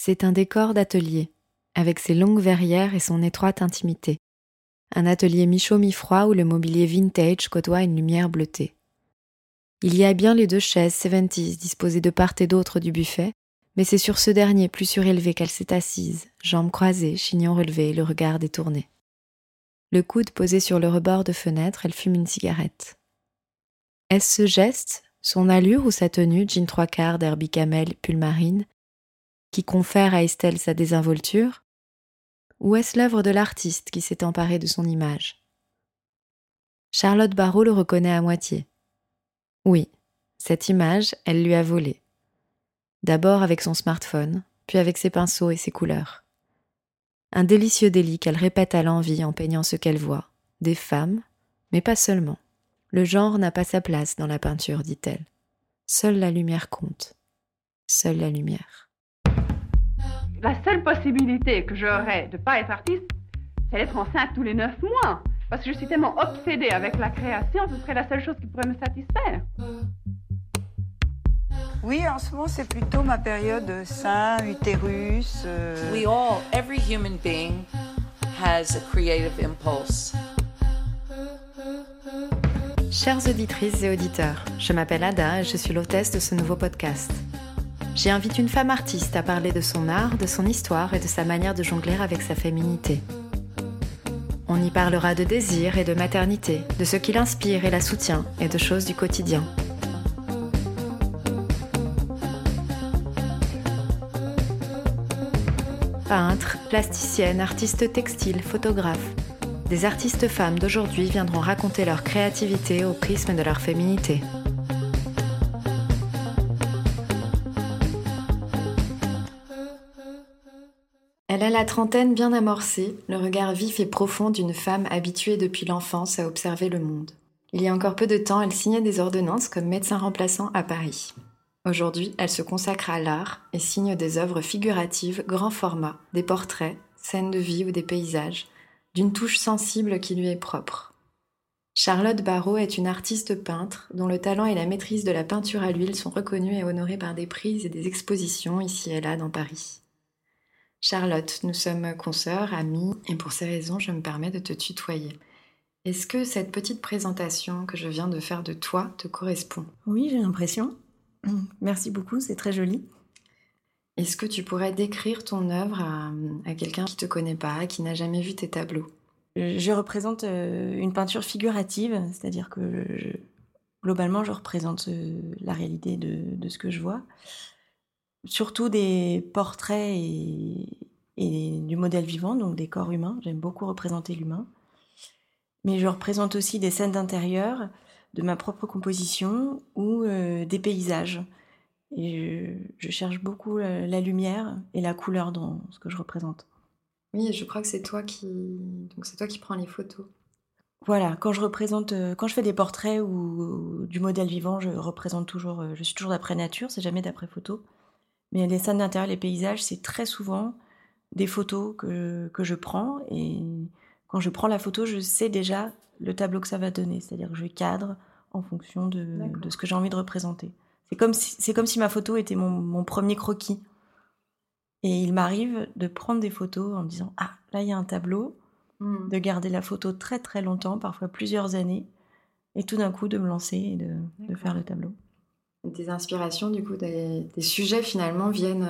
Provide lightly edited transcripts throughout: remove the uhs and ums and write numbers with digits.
C'est un décor d'atelier, avec ses longues verrières et son étroite intimité. Un atelier mi-chaud mi-froid où le mobilier vintage côtoie une lumière bleutée. Il y a bien les 2 chaises 70s disposées de part et d'autre du buffet, mais c'est sur ce dernier plus surélevé qu'elle s'est assise, jambes croisées, chignon relevé, le regard détourné. Le coude posé sur le rebord de fenêtre, elle fume une cigarette. Est-ce ce geste, son allure ou sa tenue jean 3/4 derby camel pull marine, qui confère à Estelle sa désinvolture, ou est-ce l'œuvre de l'artiste qui s'est emparé de son image? Charlotte Barrault le reconnaît à moitié. Oui, cette image, elle lui a volé. D'abord avec son smartphone, puis avec ses pinceaux et ses couleurs. Un délicieux délit qu'elle répète à l'envi en peignant ce qu'elle voit. Des femmes, mais pas seulement. Le genre n'a pas sa place dans la peinture, dit-elle. Seule la lumière compte. Seule la lumière. La seule possibilité que j'aurais de ne pas être artiste, c'est d'être enceinte tous les 9 mois. Parce que je suis tellement obsédée avec la création, ce serait la seule chose qui pourrait me satisfaire. Oui, en ce moment, c'est plutôt ma période sein, utérus. Every human being has a creative impulse. Chères auditrices et auditeurs, je m'appelle Ada et je suis l'hôtesse de ce nouveau podcast. J'y invite une femme artiste à parler de son art, de son histoire et de sa manière de jongler avec sa féminité. On y parlera de désir et de maternité, de ce qui l'inspire et la soutient et de choses du quotidien. Peintres, plasticiennes, artistes textiles, photographes. Des artistes femmes d'aujourd'hui viendront raconter leur créativité au prisme de leur féminité. Elle a la trentaine bien amorcée, le regard vif et profond d'une femme habituée depuis l'enfance à observer le monde. Il y a encore peu de temps, elle signait des ordonnances comme médecin remplaçant à Paris. Aujourd'hui, elle se consacre à l'art et signe des œuvres figuratives grand format, des portraits, scènes de vie ou des paysages, d'une touche sensible qui lui est propre. Charlotte Barrault est une artiste peintre dont le talent et la maîtrise de la peinture à l'huile sont reconnus et honorés par des prix et des expositions ici et là dans Paris. Charlotte, nous sommes consoeurs, amies, et pour ces raisons, je me permets de te tutoyer. Est-ce que cette petite présentation que je viens de faire de toi te correspond ? Oui, j'ai l'impression. Merci beaucoup, c'est très joli. Est-ce que tu pourrais décrire ton œuvre à quelqu'un qui ne te connaît pas, qui n'a jamais vu tes tableaux ? Je représente une peinture figurative, c'est-à-dire que globalement, je représente la réalité de ce que je vois. Surtout des portraits et du modèle vivant, donc des corps humains. J'aime beaucoup représenter l'humain. Mais je représente aussi des scènes d'intérieur, de ma propre composition ou des paysages. Et je cherche beaucoup la lumière et la couleur dans ce que je représente. Oui, et je crois que c'est toi qui prends les photos. Voilà, quand je fais des portraits ou du modèle vivant, je suis toujours d'après nature, c'est jamais d'après photo. Mais les scènes d'intérieur, les paysages, c'est très souvent des photos que je prends. Et quand je prends la photo, je sais déjà le tableau que ça va donner. C'est-à-dire que je cadre en fonction de ce que j'ai envie de représenter. C'est comme si ma photo était mon premier croquis. Et il m'arrive de prendre des photos en me disant « Ah, là, il y a un tableau », de garder la photo très très longtemps, parfois plusieurs années, et tout d'un coup de me lancer et de faire le tableau. Tes inspirations, du coup, des sujets finalement viennent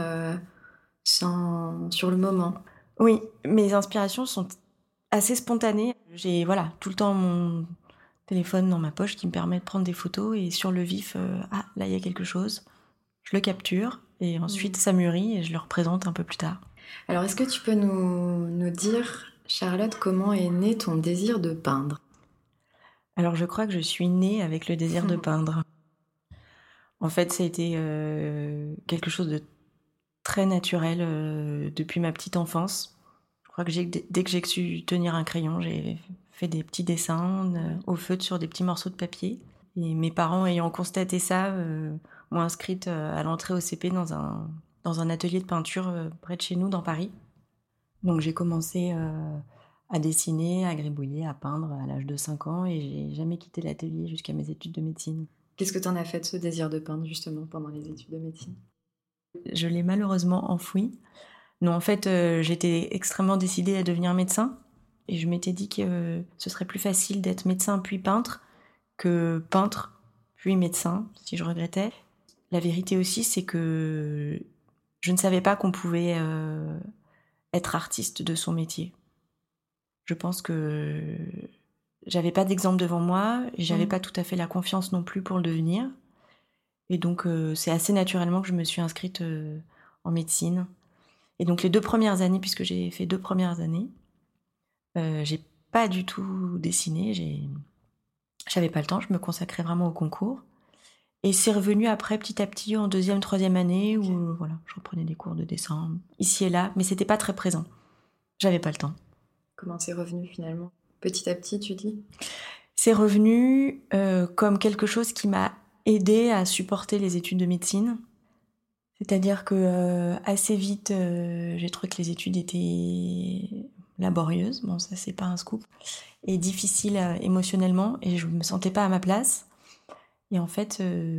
sur le moment. Oui, mes inspirations sont assez spontanées. J'ai tout le temps mon téléphone dans ma poche qui me permet de prendre des photos et sur le vif, là il y a quelque chose, je le capture et ensuite ça mûrit et je le représente un peu plus tard. Alors est-ce que tu peux nous dire, Charlotte, comment est né ton désir de peindre ? Alors je crois que je suis née avec le désir de peindre. En fait, ça a été quelque chose de très naturel depuis ma petite enfance. Je crois que dès que j'ai su tenir un crayon, j'ai fait des petits dessins au feutre sur des petits morceaux de papier. Et mes parents, ayant constaté ça, m'ont inscrite à l'entrée au CP dans un atelier de peinture près de chez nous, dans Paris. Donc j'ai commencé à dessiner, à gribouiller, à peindre à l'âge de 5 ans et j'ai jamais quitté l'atelier jusqu'à mes études de médecine. Qu'est-ce que tu en as fait de ce désir de peindre, justement, pendant les études de médecine ? Je l'ai malheureusement enfoui. Non, en fait, j'étais extrêmement décidée à devenir médecin. Et je m'étais dit que ce serait plus facile d'être médecin puis peintre que peintre puis médecin, si je regrettais. La vérité aussi, c'est que je ne savais pas qu'on pouvait être artiste de son métier. Je pense que j'avais pas d'exemple devant moi et j'avais pas tout à fait la confiance non plus pour le devenir. Et donc, c'est assez naturellement que je me suis inscrite en médecine. Et donc, les 2 premières années, puisque j'ai fait 2 premières années, j'ai pas du tout dessiné. J'avais pas le temps, je me consacrais vraiment au concours. Et c'est revenu après, petit à petit, en 2e, 3e année, où voilà, je reprenais des cours de dessin, ici et là, mais c'était pas très présent. J'avais pas le temps. Comment c'est revenu finalement? Petit à petit, tu dis? C'est revenu comme quelque chose qui m'a aidée à supporter les études de médecine. C'est-à-dire que assez vite, j'ai trouvé que les études étaient laborieuses. Bon, ça, c'est pas un scoop. Et difficiles émotionnellement, et je me sentais pas à ma place. Et en fait,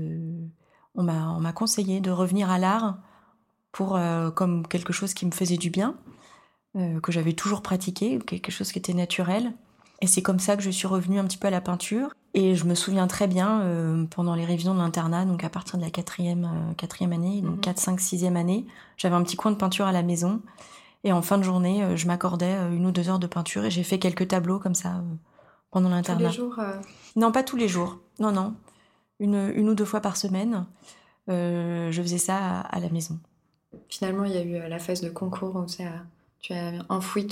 on m'a conseillé de revenir à l'art pour comme quelque chose qui me faisait du bien, que j'avais toujours pratiqué, quelque chose qui était naturel. Et c'est comme ça que je suis revenue un petit peu à la peinture. Et je me souviens très bien, pendant les révisions de l'internat, donc à partir de la quatrième année, donc 4, 5, 6e année, j'avais un petit coin de peinture à la maison. Et en fin de journée, je m'accordais 1 ou 2 heures de peinture et j'ai fait quelques tableaux comme ça pendant l'internat. Tous les jours Non, pas tous les jours. Non. Une ou 2 fois par semaine, je faisais ça à la maison. Finalement, il y a eu la phase de concours où tu as enfoui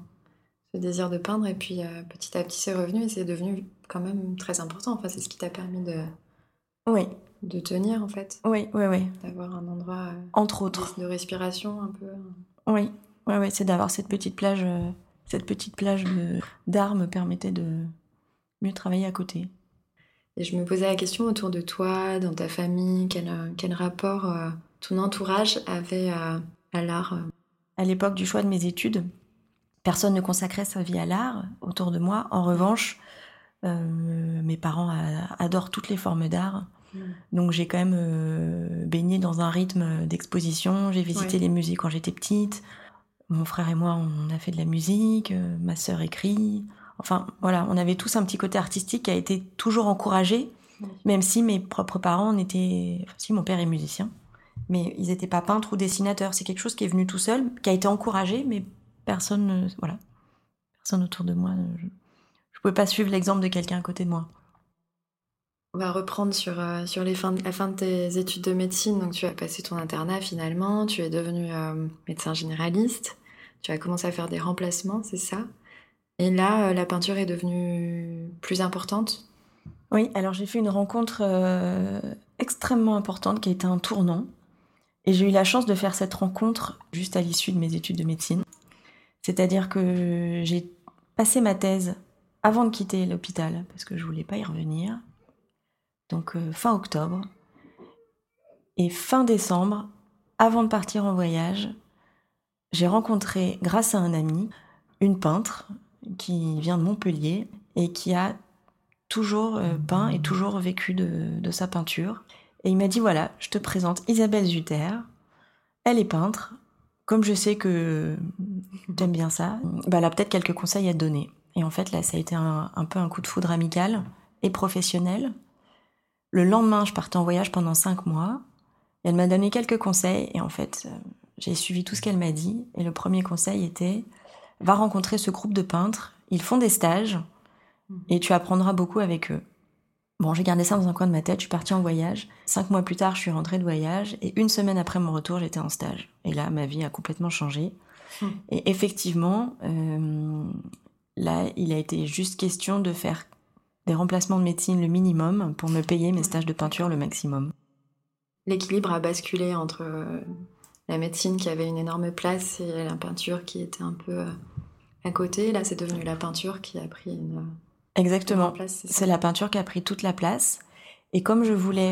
ce désir de peindre et puis petit à petit c'est revenu et c'est devenu quand même très important. Enfin, c'est ce qui t'a permis Oui. de tenir en fait. Oui. D'avoir un endroit entre autres de respiration un peu. Oui, c'est d'avoir cette petite plage d'art me permettait de mieux travailler à côté. Et je me posais la question autour de toi, dans ta famille, quel rapport ton entourage avait à l'art À l'époque du choix de mes études, personne ne consacrait sa vie à l'art autour de moi. En revanche, mes parents adorent toutes les formes d'art. Donc j'ai quand même baigné dans un rythme d'exposition. J'ai visité les musées quand j'étais petite. Mon frère et moi, on a fait de la musique. Ma sœur écrit. Enfin, voilà, on avait tous un petit côté artistique qui a été toujours encouragé, même si mes propres parents étaient... Enfin, si, mon père est musicien, mais ils n'étaient pas peintres ou dessinateurs. C'est quelque chose qui est venu tout seul, qui a été encouragé, mais personne autour de moi. Je ne pouvais pas suivre l'exemple de quelqu'un à côté de moi. On va reprendre sur la fin de tes études de médecine. Donc, tu as passé ton internat finalement, tu es devenu médecin généraliste, tu as commencé à faire des remplacements, c'est ça? Et là, la peinture est devenue plus importante? Oui, alors j'ai fait une rencontre extrêmement importante qui a été un tournant. Et j'ai eu la chance de faire cette rencontre juste à l'issue de mes études de médecine. C'est-à-dire que j'ai passé ma thèse avant de quitter l'hôpital, parce que je voulais pas y revenir. Donc fin octobre. Et fin décembre, avant de partir en voyage, j'ai rencontré, grâce à un ami, une peintre qui vient de Montpellier et qui a toujours peint et toujours vécu de sa peinture. Et il m'a dit, voilà, je te présente Isabelle Zutter. Elle est peintre. Comme je sais que t'aimes bien ça, elle a peut-être quelques conseils à te donner. Et en fait, là, ça a été un peu un coup de foudre amical et professionnel. Le lendemain, je partais en voyage pendant 5 mois. Et elle m'a donné quelques conseils. Et en fait, j'ai suivi tout ce qu'elle m'a dit. Et le premier conseil était, va rencontrer ce groupe de peintres. Ils font des stages. Et tu apprendras beaucoup avec eux. Bon, j'ai gardé ça dans un coin de ma tête, je suis partie en voyage. 5 mois plus tard, je suis rentrée de voyage. Et 1 semaine après mon retour, j'étais en stage. Et là, ma vie a complètement changé. Et effectivement, là, il a été juste question de faire des remplacements de médecine le minimum pour me payer mes stages de peinture le maximum. L'équilibre a basculé entre la médecine qui avait une énorme place et la peinture qui était un peu à côté. Là, c'est devenu la peinture qui a pris Exactement. une place. C'est la peinture qui a pris toute la place. Et comme je voulais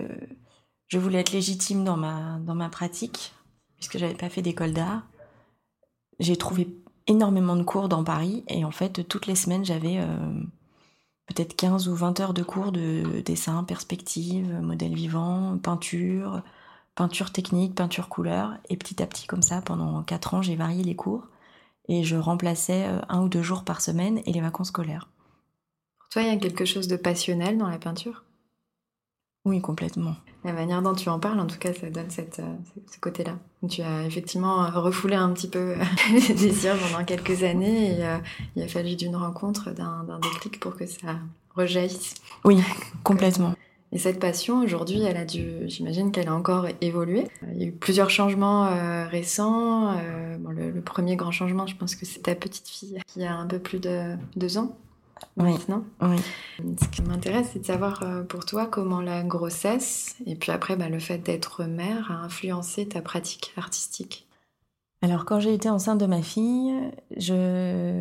être légitime dans ma pratique, puisque j'avais pas fait d'école d'art, j'ai trouvé énormément de cours dans Paris. Et en fait, toutes les semaines, j'avais peut-être 15 ou 20 heures de cours de dessin, perspective, modèle vivant, peinture, peinture technique, peinture couleur. Et petit à petit, comme ça, pendant 4 ans, j'ai varié les cours. Et je remplaçais 1 ou 2 jours par semaine et les vacances scolaires. Pour toi, il y a quelque chose de passionnel dans la peinture ? Oui, complètement. La manière dont tu en parles, en tout cas, ça donne ce côté-là. Tu as effectivement refoulé un petit peu les désirs pendant quelques années et il a fallu d'une rencontre, d'un déclic pour que ça rejaillisse. Oui, complètement. Et cette passion, aujourd'hui, j'imagine qu'elle a encore évolué. Il y a eu plusieurs changements récents. Le premier grand changement, je pense que c'est ta petite fille qui a un peu plus de 2 ans. Oui. Maintenant. Oui. Ce qui m'intéresse, c'est de savoir pour toi comment la grossesse et puis après le fait d'être mère a influencé ta pratique artistique. Alors quand j'ai été enceinte de ma fille, je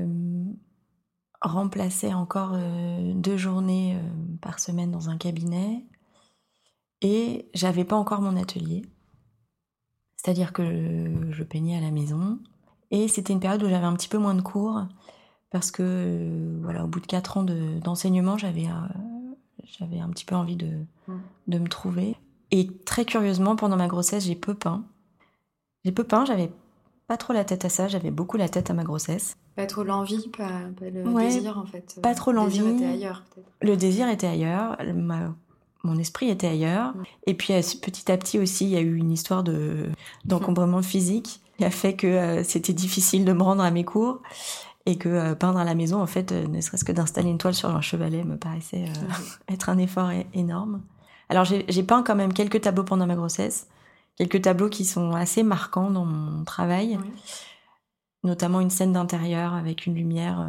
remplaçais encore 2 journées par semaine dans un cabinet et j'avais pas encore mon atelier. C'est-à-dire que je peignais à la maison et c'était une période où j'avais un petit peu moins de cours. Parce que, au bout de 4 ans d'enseignement, j'avais un petit peu envie de me trouver. Et très curieusement, pendant ma grossesse, j'ai peu peint. J'avais pas trop la tête à ça, j'avais beaucoup la tête à ma grossesse. Pas trop l'envie, pas le désir en fait. Pas trop l'envie. Le désir était ailleurs peut-être. Le désir était ailleurs, mon esprit était ailleurs. Et puis petit à petit aussi, il y a eu une histoire d'encombrement physique qui a fait que c'était difficile de me rendre à mes cours. Et que peindre à la maison, en fait, ne serait-ce que d'installer une toile sur un chevalet me paraissait être un effort énorme. Alors j'ai peint quand même quelques tableaux pendant ma grossesse, quelques tableaux qui sont assez marquants dans mon travail, notamment une scène d'intérieur avec une lumière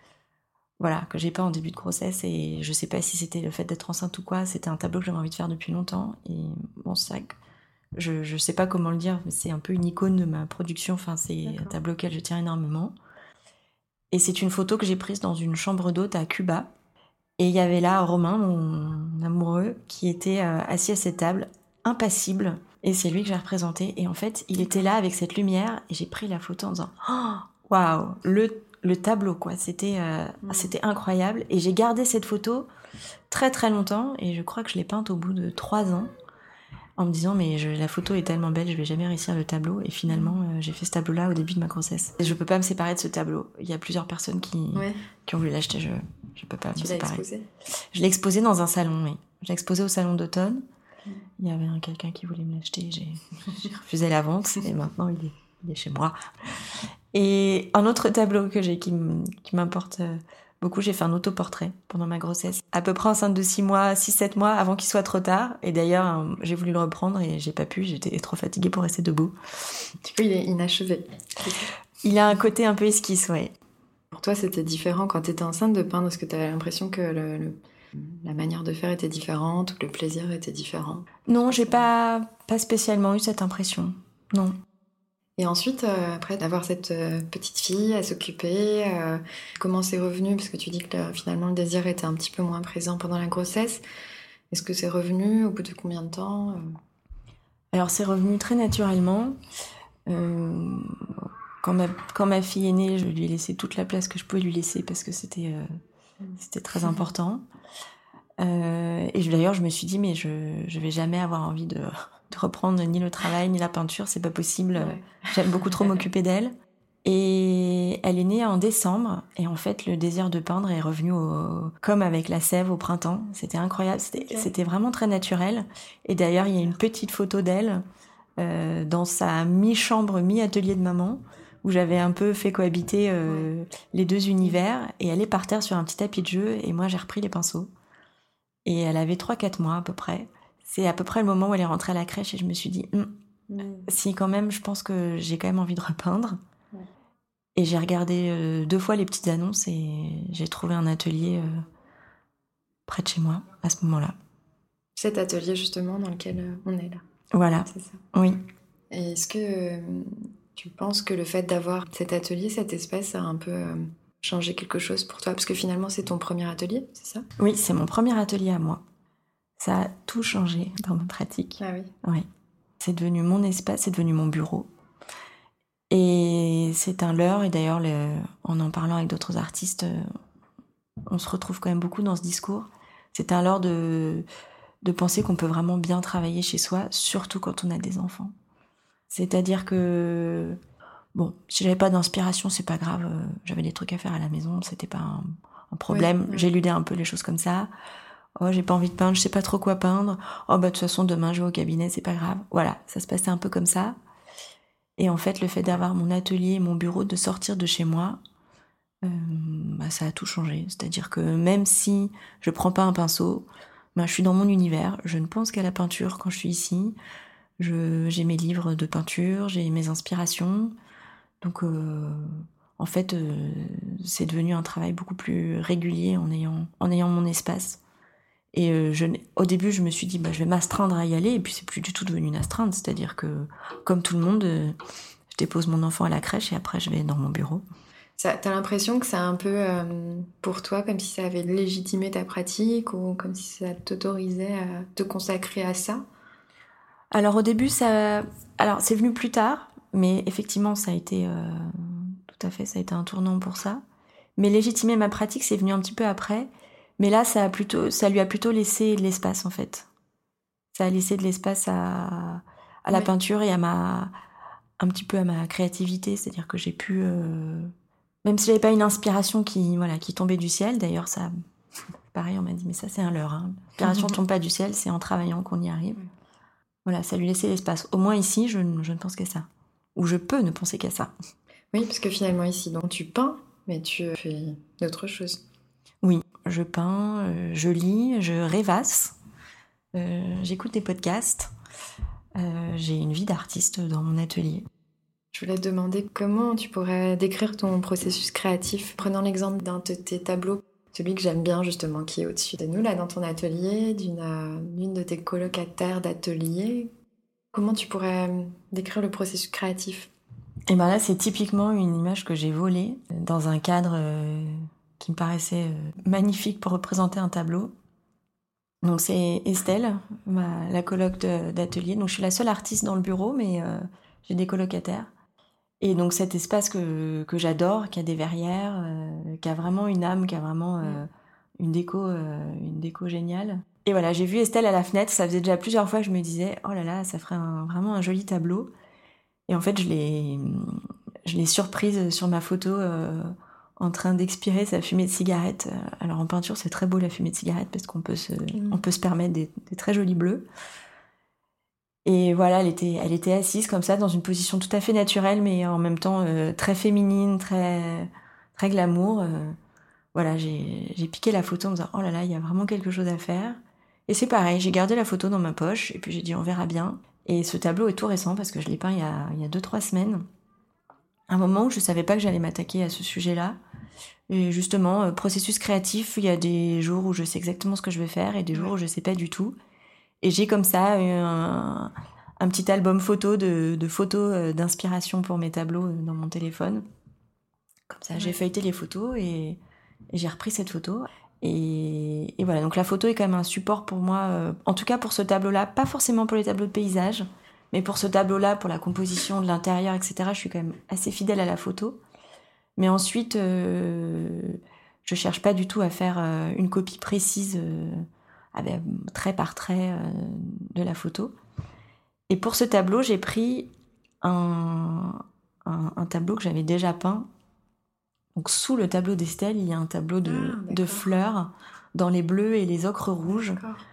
que j'ai peint en début de grossesse. Et je sais pas si c'était le fait d'être enceinte ou quoi, c'était un tableau que j'avais envie de faire depuis longtemps. Et bon, c'est vrai que je sais pas comment le dire, mais c'est un peu une icône de ma production, enfin, c'est un tableau auquel je tiens énormément. Et c'est une photo que j'ai prise dans une chambre d'hôte à Cuba. Et il y avait là Romain, mon amoureux, qui était assis à cette table, impassible. Et c'est lui que j'ai représenté. Et en fait, il était là avec cette lumière. Et j'ai pris la photo en disant « Oh, waouh !» Le tableau, quoi. C'était incroyable. Et j'ai gardé cette photo très très longtemps. Et je crois que je l'ai peinte au bout de 3 ans. En me disant, mais la photo est tellement belle, je vais jamais réussir le tableau. Et finalement, j'ai fait ce tableau-là au début de ma grossesse. Et je peux pas me séparer de ce tableau. Il y a plusieurs personnes qui ont voulu l'acheter. Je peux pas me séparer. Tu l'as exposé ? Je l'ai exposé dans un salon, oui. Je l'ai exposé au salon d'automne. Il y avait quelqu'un qui voulait me l'acheter. J'ai refusé la vente. Et maintenant, il est chez moi. Et un autre tableau que j'ai qui m'importe beaucoup, j'ai fait un autoportrait pendant ma grossesse. À peu près enceinte de 6-7 mois avant qu'il soit trop tard. Et d'ailleurs, j'ai voulu le reprendre et j'ai pas pu, j'étais trop fatiguée pour rester debout. Du coup, il est inachevé. Il a un côté un peu esquisse, ouais. Pour toi, c'était différent quand tu étais enceinte de peindre? Est-ce que tu avais l'impression que la manière de faire était différente ou que le plaisir était différent? Non, j'ai pas spécialement eu cette impression. Non. Et ensuite, après d'avoir cette petite fille à s'occuper, comment c'est revenu? Parce que tu dis que finalement le désir était un petit peu moins présent pendant la grossesse. Est-ce que c'est revenu au bout de combien de temps? Alors c'est revenu très naturellement. Quand ma fille est née, je lui ai laissé toute la place que je pouvais lui laisser parce que c'était très important. Et d'ailleurs, je me suis dit, mais je vais jamais avoir envie de reprendre ni le travail, ni la peinture, c'est pas possible. Ouais. J'aime beaucoup trop m'occuper d'elle. Et elle est née en décembre, et en fait, le désir de peindre est revenu comme avec la sève au printemps. C'était incroyable, c'était vraiment très naturel. Et d'ailleurs, il y a une petite photo d'elle dans sa mi-chambre, mi-atelier de maman, où j'avais un peu fait cohabiter les deux univers, et elle est par terre sur un petit tapis de jeu, et moi j'ai repris les pinceaux. Et elle avait 3-4 mois à peu près. C'est à peu près le moment où elle est rentrée à la crèche, et je me suis dit, si quand même, je pense que j'ai quand même envie de repeindre. Ouais. Et j'ai regardé 2 fois les petites annonces, et j'ai trouvé un atelier près de chez moi, à ce moment-là. Cet atelier justement dans lequel on est là. Voilà, c'est ça. Oui. Et est-ce que tu penses que le fait d'avoir cet atelier, cet espace a un peu changé quelque chose pour toi? Parce que finalement, c'est ton premier atelier, c'est ça? Oui, c'est mon premier atelier à moi. Ça a tout changé dans ma pratique. Ah oui? Oui. C'est devenu mon espace, c'est devenu mon bureau. Et c'est un leurre, et d'ailleurs, en parlant avec d'autres artistes, on se retrouve quand même beaucoup dans ce discours. C'est un leurre de de penser qu'on peut vraiment bien travailler chez soi, surtout quand on a des enfants. C'est-à-dire que, bon, si j'avais pas d'inspiration, c'est pas grave, j'avais des trucs à faire à la maison, c'était pas un problème. Oui. J'éludais un peu les choses comme ça. Oh, j'ai pas envie de peindre, je sais pas trop quoi peindre. Oh, bah, de toute façon, demain, je vais au cabinet, c'est pas grave. Voilà, ça se passait un peu comme ça. Et en fait, le fait d'avoir mon atelier et mon bureau, de sortir de chez moi, ça a tout changé. C'est-à-dire que même si je prends pas un pinceau, je suis dans mon univers, je ne pense qu'à la peinture quand je suis ici. J'ai mes livres de peinture, j'ai mes inspirations. Donc, en fait, c'est devenu un travail beaucoup plus régulier en ayant mon espace. Et au début, je me suis dit, je vais m'astreindre à y aller, et puis c'est plus du tout devenu une astreinte. C'est-à-dire que, comme tout le monde, je dépose mon enfant à la crèche et après je vais dans mon bureau. T'as l'impression que c'est un peu pour toi comme si ça avait légitimé ta pratique ou comme si ça t'autorisait à te consacrer à ça? Alors au début, c'est venu plus tard, mais effectivement, ça a été tout à fait, ça a été un tournant pour ça. Mais légitimer ma pratique, c'est venu un petit peu après. Mais là, ça lui a plutôt laissé de l'espace en fait. Ça a laissé de l'espace à la peinture et un petit peu à ma créativité, c'est-à-dire que j'ai pu, même si j'avais pas une inspiration qui tombait du ciel. D'ailleurs, ça, pareil, on m'a dit mais ça c'est un leurre. Hein. L'inspiration tombe pas du ciel, c'est en travaillant qu'on y arrive. Voilà, ça lui laissait l'espace. Au moins ici, je ne pense qu'à ça. Ou je peux ne penser qu'à ça. Oui, parce que finalement ici, donc tu peins, mais tu fais d'autres choses. Oui, je peins, je lis, je rêvasse, j'écoute des podcasts. J'ai une vie d'artiste dans mon atelier. Je voulais te demander comment tu pourrais décrire ton processus créatif, prenant l'exemple d'un de tes tableaux, celui que j'aime bien justement, qui est au-dessus de nous, là, dans ton atelier, d'une de tes colocataires d'atelier. Comment tu pourrais décrire le processus créatif? Et bien là, c'est typiquement une image que j'ai volée dans un cadre qui me paraissait magnifique pour représenter un tableau. Donc c'est Estelle, la coloc d'atelier. Donc je suis la seule artiste dans le bureau, mais j'ai des colocataires. Et donc cet espace que j'adore, qui a des verrières, qui a vraiment une âme, qui a vraiment une déco géniale. Et voilà, j'ai vu Estelle à la fenêtre. Ça faisait déjà plusieurs fois que je me disais, oh là là, ça ferait vraiment un joli tableau. Et en fait, je l'ai surprise sur ma photo en train d'expirer sa fumée de cigarette. Alors en peinture, c'est très beau la fumée de cigarette parce qu'on peut se permettre des très jolis bleus. Et voilà, elle était assise comme ça dans une position tout à fait naturelle, mais en même temps très féminine, très très glamour. Voilà, j'ai piqué la photo en me disant oh là là, il y a vraiment quelque chose à faire. Et c'est pareil, j'ai gardé la photo dans ma poche et puis j'ai dit on verra bien. Et ce tableau est tout récent parce que je l'ai peint il y a 2-3 semaines. Un moment où je savais pas que j'allais m'attaquer à ce sujet-là. Et justement, processus créatif, il y a des jours où je sais exactement ce que je vais faire et des jours où je sais pas du tout. Et j'ai comme ça un petit album photo de photos d'inspiration pour mes tableaux dans mon téléphone. Comme ça, j'ai feuilleté les photos et j'ai repris cette photo. Et voilà, donc la photo est quand même un support pour moi, en tout cas pour ce tableau-là, pas forcément pour les tableaux de paysage, mais pour ce tableau-là, pour la composition de l'intérieur, etc., je suis quand même assez fidèle à la photo. Mais ensuite, je cherche pas du tout à faire une copie précise, trait par trait de la photo. Et pour ce tableau, j'ai pris un tableau que j'avais déjà peint. Donc sous le tableau d'Estelle, il y a un tableau de fleurs dans les bleus et les ocres rouges.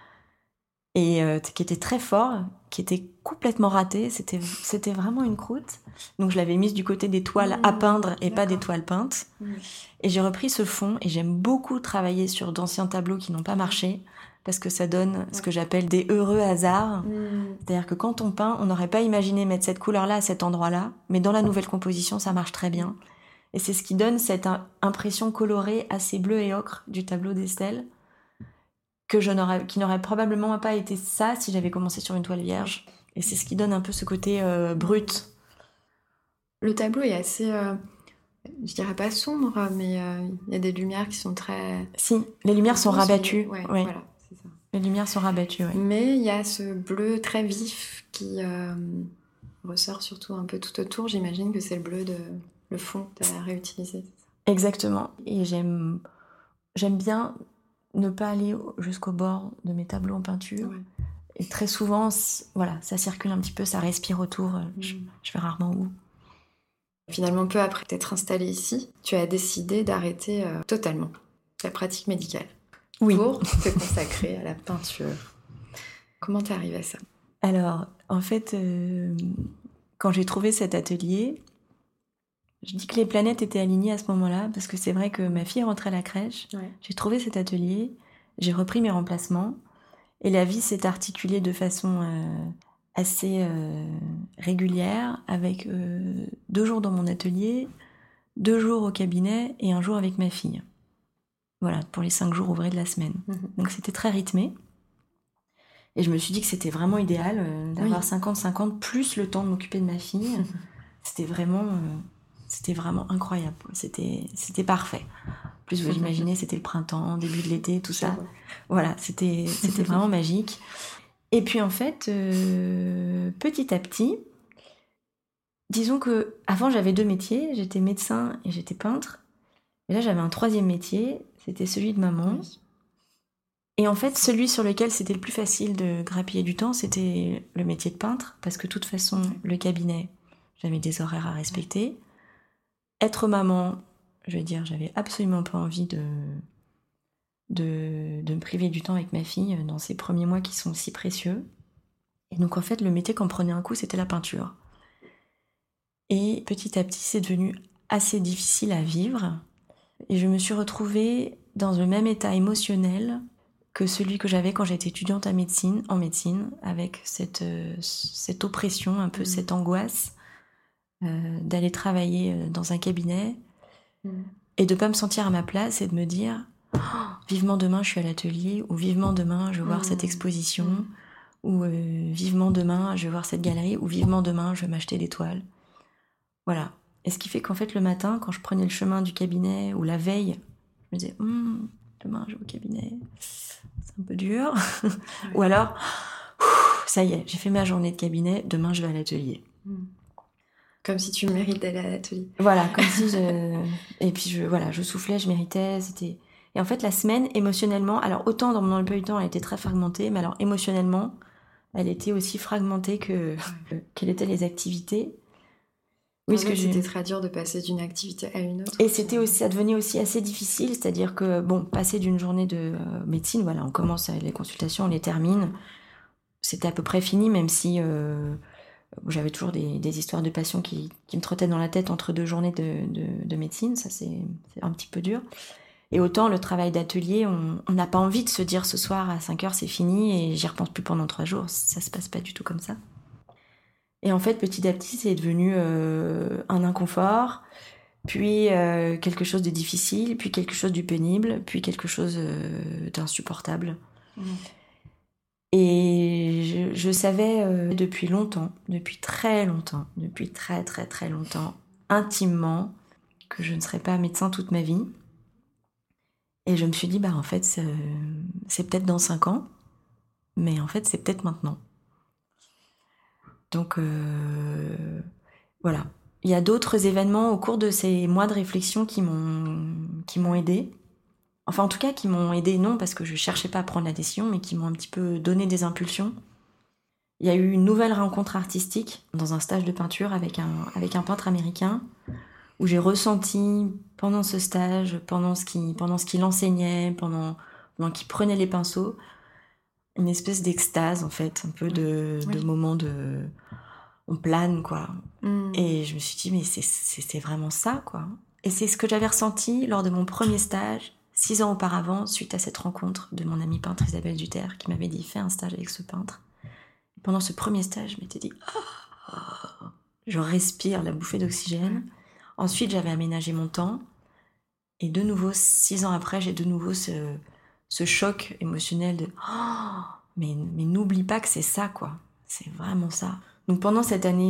Et qui était très fort, qui était complètement raté. C'était vraiment une croûte. Donc je l'avais mise du côté des toiles à peindre et pas des toiles peintes. Et j'ai repris ce fond et j'aime beaucoup travailler sur d'anciens tableaux qui n'ont pas marché parce que ça donne ce que j'appelle des heureux hasards. C'est-à-dire que quand on peint, on n'aurait pas imaginé mettre cette couleur-là à cet endroit-là, mais dans la nouvelle composition, ça marche très bien. Et c'est ce qui donne cette impression colorée assez bleue et ocre du tableau d'Estelle qui n'aurait probablement pas été ça si j'avais commencé sur une toile vierge. Et c'est ce qui donne un peu ce côté brut. Le tableau est assez, je dirais pas sombre, mais il y a des lumières qui sont très... Si, les lumières sont rabattues. Ouais, oui. Voilà, c'est ça. Les lumières sont rabattues, oui. Mais il y a ce bleu très vif qui ressort surtout un peu tout autour. J'imagine que c'est le fond que tu as réutilisé. Exactement. Et j'aime bien ne pas aller jusqu'au bord de mes tableaux en peinture. Ouais. Et très souvent, voilà, ça circule un petit peu, ça respire autour. Je vais rarement où. Finalement, peu après t'être installée ici, tu as décidé d'arrêter totalement ta pratique médicale pour te consacrer à la peinture. Comment t'es arrivée à ça ? Alors, en fait, quand j'ai trouvé cet atelier, je dis que les planètes étaient alignées à ce moment-là, parce que c'est vrai que ma fille est rentrée à la crèche, j'ai trouvé cet atelier, j'ai repris mes remplacements, et la vie s'est articulée de façon assez régulière, avec 2 jours dans mon atelier, 2 jours au cabinet et 1 jour avec ma fille. Voilà, pour les 5 jours ouvrés de la semaine. Donc c'était très rythmé. Et je me suis dit que c'était vraiment idéal d'avoir 50-50 plus le temps de m'occuper de ma fille. C'était vraiment incroyable. C'était parfait. En plus, vous imaginez, c'était le printemps, début de l'été, tout ça. Voilà, c'était vraiment magique. Et puis en fait, petit à petit, disons que avant j'avais 2 métiers, j'étais médecin et j'étais peintre. Et là, j'avais un 3e métier, c'était celui de maman. Oui. Et en fait, celui sur lequel c'était le plus facile de grappiller du temps, c'était le métier de peintre, parce que de toute façon, le cabinet, j'avais des horaires à respecter. Être maman, je veux dire, j'avais absolument pas envie de me priver du temps avec ma fille dans ces premiers mois qui sont si précieux. Et donc en fait, le métier qu'on prenait un coup, c'était la peinture. Et petit à petit, c'est devenu assez difficile à vivre. Et je me suis retrouvée dans le même état émotionnel que celui que j'avais quand j'étais étudiante en médecine, avec cette oppression, un peu cette angoisse d'aller travailler dans un cabinet et de ne pas me sentir à ma place et de me dire vivement demain je suis à l'atelier, ou vivement demain je vais voir cette exposition, ou vivement demain je vais voir cette galerie, ou vivement demain je vais m'acheter des toiles. Voilà. Et ce qui fait qu'en fait, le matin, quand je prenais le chemin du cabinet, ou la veille, je me disais, demain, je vais au cabinet, c'est un peu dur. Ou alors, ça y est, j'ai fait ma journée de cabinet, demain, je vais à l'atelier. Comme si tu mérites d'aller à l'atelier. Voilà, comme si Et puis, je soufflais, je méritais, c'était... Et en fait, la semaine, émotionnellement, alors autant dans mon emploi du temps, elle était très fragmentée, mais alors émotionnellement, elle était aussi fragmentée que quelles étaient les activités. Oui, parce que c'était très dur de passer d'une activité à une autre. Et ça devenait aussi assez difficile, c'est-à-dire que, passer d'une journée de médecine, voilà, on commence les consultations, on les termine, c'était à peu près fini, même si j'avais toujours des histoires de patients qui me trottaient dans la tête entre 2 journées de médecine, ça c'est un petit peu dur. Et autant le travail d'atelier, on n'a pas envie de se dire ce soir à 5h c'est fini et j'y repense plus pendant 3 jours, ça se passe pas du tout comme ça. Et en fait, petit à petit, c'est devenu un inconfort, puis quelque chose de difficile, puis quelque chose de pénible, puis quelque chose d'insupportable. Et je savais depuis longtemps, depuis très très très longtemps, intimement, que je ne serais pas médecin toute ma vie. Et je me suis dit, en fait, c'est peut-être dans 5 ans, mais en fait, c'est peut-être maintenant. Donc, voilà. Il y a d'autres événements au cours de ces mois de réflexion qui m'ont aidée. Enfin, en tout cas, qui m'ont aidée, non parce que je cherchais pas à prendre la décision, mais qui m'ont un petit peu donné des impulsions. Il y a eu une nouvelle rencontre artistique dans un stage de peinture avec un peintre américain, où j'ai ressenti pendant ce stage, pendant ce qu'il enseignait, pendant qu'il prenait les pinceaux, une espèce d'extase, en fait, un peu de moment de... On plane, quoi. Et je me suis dit, mais c'est vraiment ça, quoi. Et c'est ce que j'avais ressenti lors de mon premier stage, 6 ans auparavant, suite à cette rencontre de mon amie peintre Isabelle Duterre, qui m'avait dit, fais un stage avec ce peintre. Et pendant ce premier stage, je m'étais dit, je respire la bouffée d'oxygène. Ensuite, j'avais aménagé mon temps. Et de nouveau, 6 ans après, j'ai de nouveau ce choc émotionnel de mais n'oublie pas que c'est ça, quoi. C'est vraiment ça. Donc pendant cette année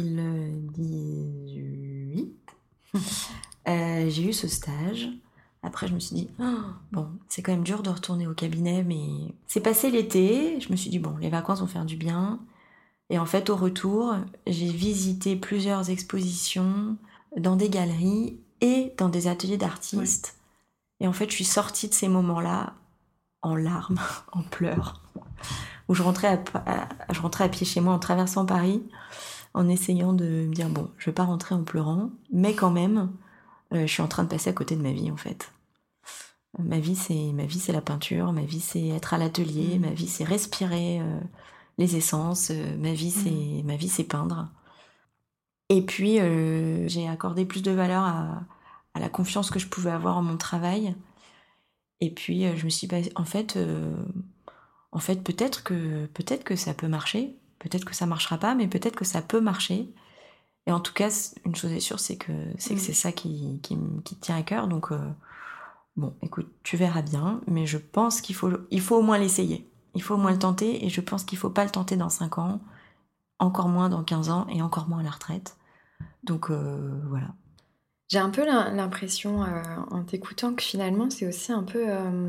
2018, j'ai eu ce stage. Après, je me suis dit, c'est quand même dur de retourner au cabinet, mais c'est passé l'été. Je me suis dit, les vacances vont faire du bien. Et en fait, au retour, j'ai visité plusieurs expositions dans des galeries et dans des ateliers d'artistes. Et en fait, je suis sortie de ces moments-là en larmes, en pleurs, où je rentrais à pied chez moi en traversant Paris, en essayant de me dire bon, je vais pas rentrer en pleurant, mais quand même, je suis en train de passer à côté de ma vie en fait. Ma vie c'est la peinture, ma vie c'est être à l'atelier, ma vie c'est respirer les essences, ma vie c'est peindre. Et puis j'ai accordé plus de valeur à la confiance que je pouvais avoir en mon travail. Et puis je me suis dit, en fait peut-être que ça peut marcher, peut-être que ça marchera pas, mais peut-être que ça peut marcher. Et en tout cas, une chose est sûre, c'est que c'est ça qui te tient à cœur. Donc bon, écoute, tu verras bien, mais je pense qu'il faut au moins l'essayer. Il faut au moins le tenter, et je pense qu'il faut pas le tenter dans 5 ans, encore moins dans 15 ans, et encore moins à la retraite. Donc voilà. J'ai un peu l'impression, en t'écoutant, que finalement, c'est aussi un peu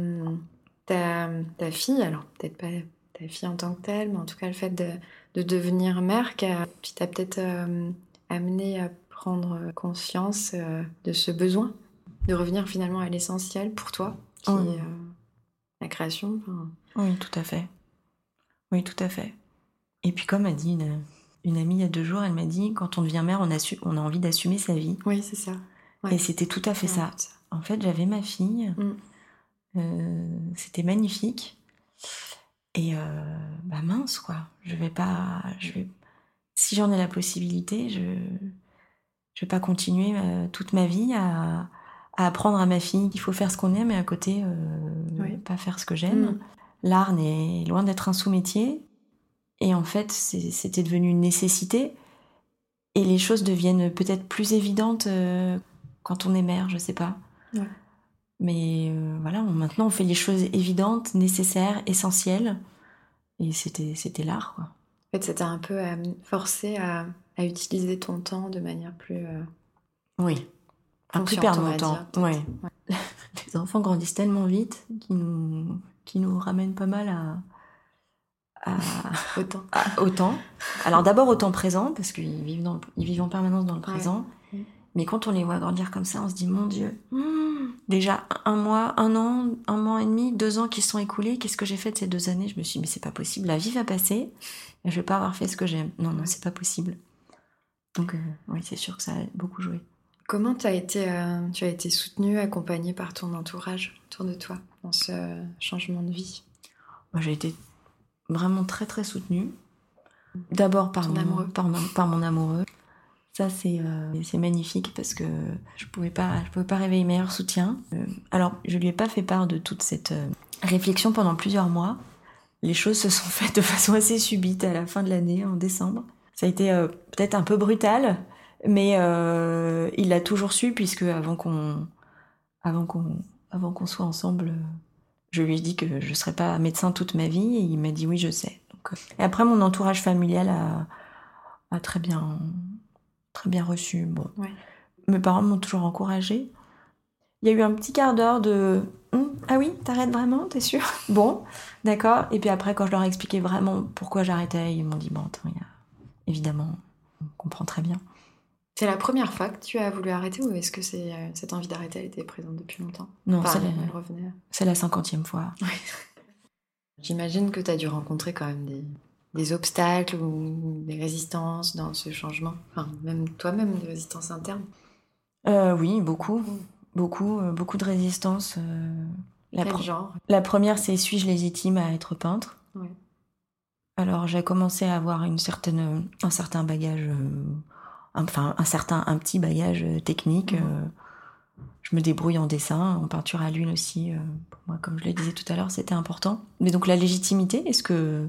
ta fille, alors peut-être pas ta fille en tant que telle, mais en tout cas le fait de devenir mère qui t'a peut-être amené à prendre conscience de ce besoin, de revenir finalement à l'essentiel pour toi, qui est la création. Oui, tout à fait. Oui, tout à fait. Et puis comme a dit une amie il y a 2 jours, elle m'a dit, quand on devient mère, on a envie d'assumer sa vie. Oui, c'est ça. Ouais. Et c'était tout à fait ça. En fait, j'avais ma fille, c'était magnifique. Et mince, quoi. Si j'en ai la possibilité, je vais pas continuer toute ma vie à apprendre à ma fille qu'il faut faire ce qu'on aime et à côté pas faire ce que j'aime. L'art n'est loin d'être un sous-métier. Et en fait, c'était devenu une nécessité. Et les choses deviennent peut-être plus évidentes quand on est mère, je sais pas. Ouais. Mais voilà, maintenant on fait les choses évidentes, nécessaires, essentielles. Et c'était l'art, quoi. En fait, ça t'a un peu forcé à utiliser ton temps de manière plus... oui, à plus perdre mon temps. Ouais. Les enfants grandissent tellement vite qu'ils nous ramènent pas mal au temps. Alors d'abord au temps présent, parce qu'ils vivent en permanence dans le présent. Ouais. Mais quand on les voit grandir comme ça, on se dit, mon Dieu, déjà 1 mois, 1 an, 1 mois et demi, 2 ans qui se sont écoulés, qu'est-ce que j'ai fait de ces 2 années ? Je me suis dit, mais c'est pas possible, la vie va passer, et je vais pas avoir fait ce que j'aime. Non, c'est pas possible. Donc oui, c'est sûr que ça a beaucoup joué. Comment tu as été soutenue, accompagnée par ton entourage autour de toi dans ce changement de vie ? Moi, j'ai été vraiment très très soutenue. D'abord par mon amoureux. Ça, c'est magnifique parce que je pouvais pas rêver meilleur soutien. Alors, je lui ai pas fait part de toute cette réflexion pendant plusieurs mois. Les choses se sont faites de façon assez subite à la fin de l'année, en décembre. Ça a été peut-être un peu brutal, mais il l'a toujours su, puisque avant qu'on soit ensemble, je lui ai dit que je serais pas médecin toute ma vie, et il m'a dit oui, je sais. Donc, et après, mon entourage familial a très bien reçu. Bon. Ouais. Mes parents m'ont toujours encouragée. Il y a eu un petit quart d'heure de ah oui, t'arrêtes vraiment, t'es sûre ? Bon, d'accord. Et puis après, quand je leur ai expliqué vraiment pourquoi j'arrêtais, ils m'ont dit bon, attends, évidemment, on comprend très bien. C'est la première fois que tu as voulu arrêter, ou est-ce que cette envie d'arrêter, elle était présente depuis longtemps ? Non, elle revenait. C'est la 50e fois. Oui. J'imagine que tu as dû rencontrer quand même des obstacles ou des résistances dans ce changement. Enfin, même toi-même, des résistances internes. Oui, beaucoup. Beaucoup de résistances. Quel genre ? La première, c'est suis-je légitime à être peintre ? Oui. Alors, j'ai commencé à avoir un certain bagage, un petit bagage technique. Je me débrouille en dessin, en peinture à l'huile aussi. Pour moi, comme je le disais tout à l'heure, c'était important. Mais donc la légitimité, est-ce que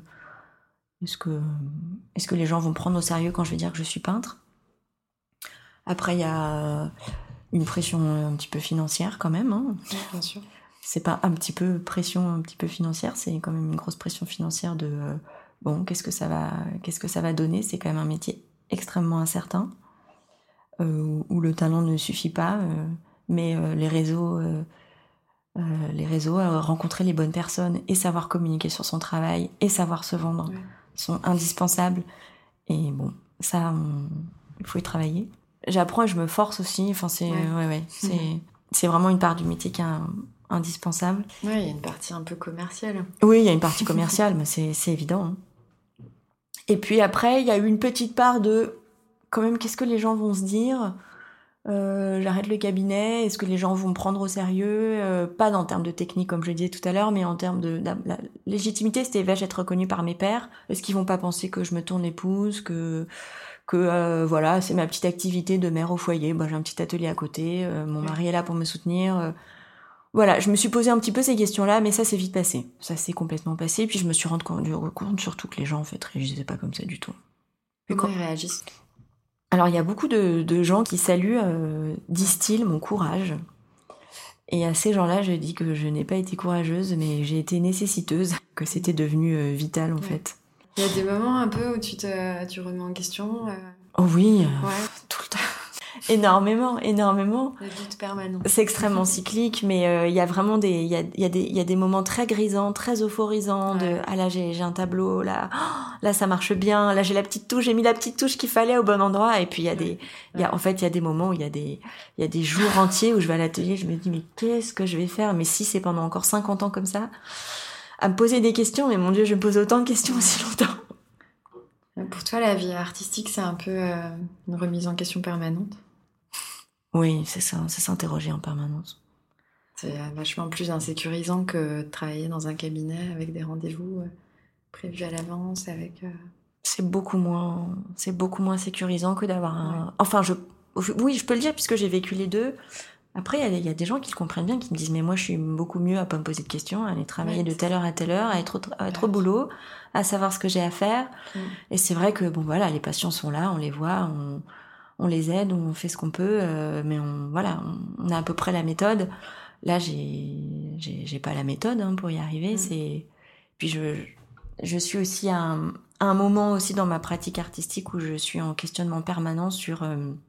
les gens vont me prendre au sérieux quand je vais dire que je suis peintre ? Après, il y a une pression un petit peu financière quand même. Hein. Oui, bien sûr. C'est pas un petit peu financière, c'est quand même une grosse pression financière de qu'est-ce que ça va donner ? C'est quand même un métier extrêmement incertain où le talent ne suffit pas, mais les réseaux, rencontrer les bonnes personnes et savoir communiquer sur son travail et savoir se vendre sont indispensables. Et bon, ça, il faut y travailler. J'apprends et je me force aussi. Enfin, c'est vraiment une part du métier qui est indispensable. Oui, il y a une partie un peu commerciale. Oui, il y a une partie commerciale, mais c'est évident. Hein. Et puis après, il y a eu une petite part de, quand même, qu'est-ce que les gens vont se dire ? J'arrête le cabinet, est-ce que les gens vont me prendre au sérieux ? Pas en termes de technique, comme je le disais tout à l'heure, mais en termes de la légitimité, c'était vais-je être reconnue par mes pairs ? Est-ce qu'ils vont pas penser que je me tourne épouse, que voilà, c'est ma petite activité de mère au foyer, j'ai un petit atelier à côté, mon mari est là pour me soutenir. Voilà, je me suis posé un petit peu ces questions-là, mais ça s'est vite passé. Ça s'est complètement passé, puis je me suis rendu compte surtout que les gens, en fait, réagissaient pas comme ça du tout. Comment ils réagissent ? Alors, il y a beaucoup de gens qui saluent, disent-ils, mon courage. Et à ces gens-là, je dis que je n'ai pas été courageuse, mais j'ai été nécessiteuse, que c'était devenu vital, en fait. Il y a des moments un peu où tu remets en question Oh oui, Ouais. tout le temps. Énormément. Le doute permanent. C'est extrêmement cyclique, mais il y a vraiment il y a des moments très grisants, très euphorisants de ah là j'ai un tableau, là là ça marche bien, là j'ai mis la petite touche qu'il fallait au bon endroit, et puis il y a des moments où il y a des jours entiers où je vais à l'atelier, je me dis mais qu'est-ce que je vais faire, mais si c'est pendant encore 50 ans comme ça, à me poser des questions, mais mon Dieu, je me pose autant de questions aussi longtemps. Pour toi, la vie artistique, c'est un peu une remise en question permanente ? Oui, c'est ça, c'est s'interroger en permanence. C'est vachement plus insécurisant que de travailler dans un cabinet avec des rendez-vous prévus à l'avance, avec... C'est beaucoup moins sécurisant que d'avoir un... Ouais. Enfin, oui, je peux le dire puisque j'ai vécu les deux. Après, il y a des gens qui le comprennent bien, qui me disent mais moi je suis beaucoup mieux à pas me poser de questions, à aller travailler de telle heure à telle heure, à être au boulot, à savoir ce que j'ai à faire. Et c'est vrai que bon voilà, les patients sont là, on les voit, on les aide, on fait ce qu'on peut, mais on a à peu près la méthode. Là, j'ai pas la méthode pour y arriver. Puis je suis aussi à un moment aussi dans ma pratique artistique où je suis en questionnement permanent sur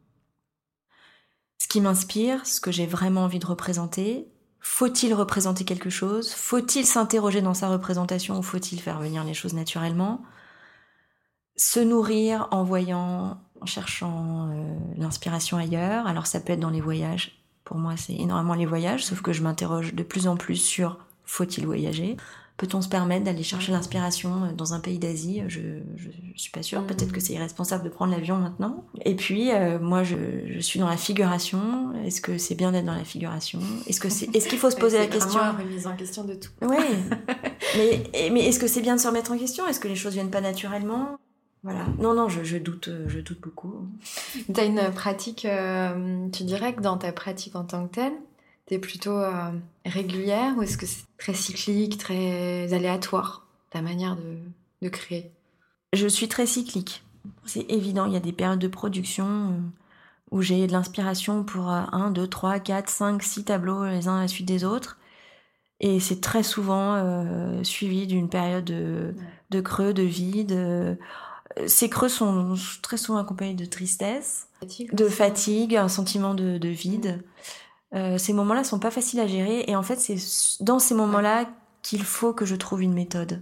ce qui m'inspire, ce que j'ai vraiment envie de représenter. Faut-il représenter quelque chose ? Faut-il s'interroger dans sa représentation ou faut-il faire venir les choses naturellement ? Se nourrir en voyant, en cherchant l'inspiration ailleurs. Alors ça peut être dans les voyages. Pour moi, c'est énormément les voyages, sauf que je m'interroge de plus en plus sur faut-il voyager ? Peut-on se permettre d'aller chercher l'inspiration dans un pays d'Asie ? Je suis pas sûre. Peut-être que c'est irresponsable de prendre l'avion maintenant. Et puis, moi, je suis dans la figuration. Est-ce que c'est bien d'être dans la figuration ? Est-ce qu'il faut se poser la question ? C'est vraiment la remise en question de tout. Oui. mais est-ce que c'est bien de se remettre en question ? Est-ce que les choses viennent pas naturellement ? Voilà. Non, je doute beaucoup. T'as une pratique, tu dirais que dans ta pratique en tant que telle, t'es plutôt régulière ou est-ce que c'est très cyclique, très aléatoire, ta manière de créer ? Je suis très cyclique. C'est évident, il y a des périodes de production où j'ai de l'inspiration pour 1, 2, 3, 4, 5, 6 tableaux les uns à la suite des autres. Et c'est très souvent suivi d'une période de creux, de vide. Ces creux sont très souvent accompagnés de tristesse, de fatigue, un sentiment de vide. Ces moments-là sont pas faciles à gérer et en fait c'est dans ces moments-là qu'il faut que je trouve une méthode.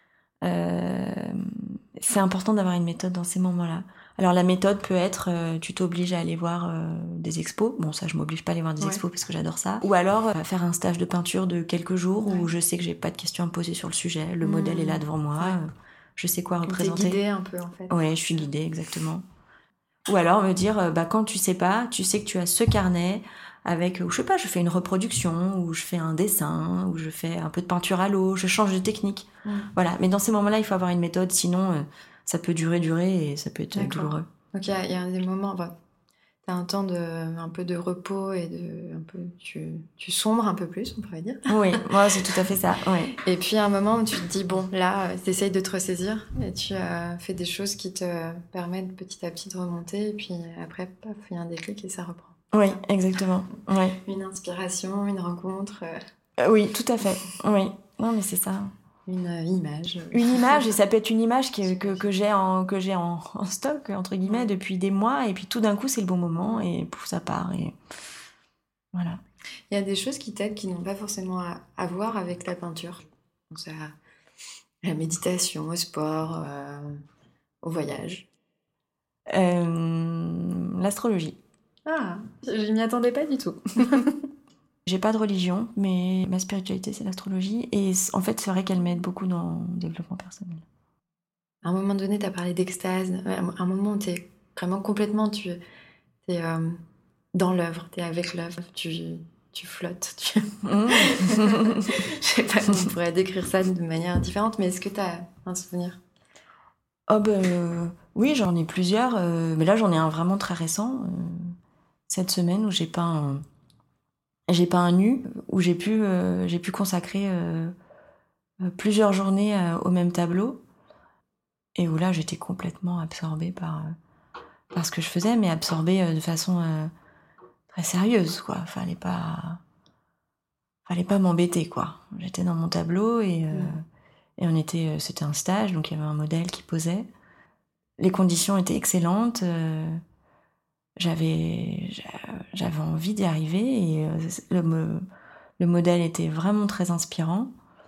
C'est important d'avoir une méthode dans ces moments-là. Alors la méthode peut être tu t'obliges à aller voir des expos. Bon ça je m'oblige pas à aller voir des expos parce que j'adore ça. Ou alors faire un stage de peinture de quelques jours où je sais que j'ai pas de questions à me poser sur le sujet. Le modèle est là devant moi. Je sais quoi représenter. T'es guidée un peu en fait. Ouais, je suis guidée exactement. Ou alors me dire quand tu sais pas, tu sais que tu as ce carnet avec, je sais pas, je fais une reproduction, ou je fais un dessin, ou je fais un peu de peinture à l'eau, je change de technique. Voilà. Mais dans ces moments-là, il faut avoir une méthode, sinon ça peut durer et ça peut être douloureux. Donc il y a des moments, t'as un temps un peu de repos et tu sombres un peu plus, on pourrait dire. Oui, moi c'est tout à fait ça. Ouais. Et puis à un moment où tu te dis bon, là, t'essayes de te ressaisir et tu fais des choses qui te permettent petit à petit de remonter et puis après, paf, il y a un déclic et ça reprend. Oui, exactement. Ouais. Une inspiration, une rencontre. Oui, tout à fait. Oui. Non, mais c'est ça. Une image. Une image, et ça peut être une image que j'ai en stock, entre guillemets, depuis des mois, et puis tout d'un coup, c'est le bon moment, et pouf, ça part, et voilà. Il y a des choses qui t'aident qui n'ont pas forcément à voir avec la peinture. À la méditation, au sport, au voyage. L'astrologie. Ah, je m'y attendais pas du tout. J'ai pas de religion, mais ma spiritualité, c'est l'astrologie. Et en fait, c'est vrai qu'elle m'aide beaucoup dans le développement personnel. À un moment donné, tu as parlé d'extase. À un moment où tu es vraiment complètement dans l'œuvre, tu es avec l'œuvre, tu flottes. Je sais pas comment on pourrait décrire ça de manière différente, mais est-ce que tu as un souvenir? Oui, j'en ai plusieurs, mais là j'en ai un vraiment très récent, cette semaine où j'ai peint un nu, où j'ai pu consacrer plusieurs journées au même tableau, et où là j'étais complètement absorbée par ce que je faisais, mais absorbée de façon très sérieuse, quoi. Fallait pas m'embêter, quoi. J'étais dans mon tableau et c'était un stage, donc il y avait un modèle qui posait. Les conditions étaient excellentes. J'avais envie d'y arriver et le modèle était vraiment très inspirant.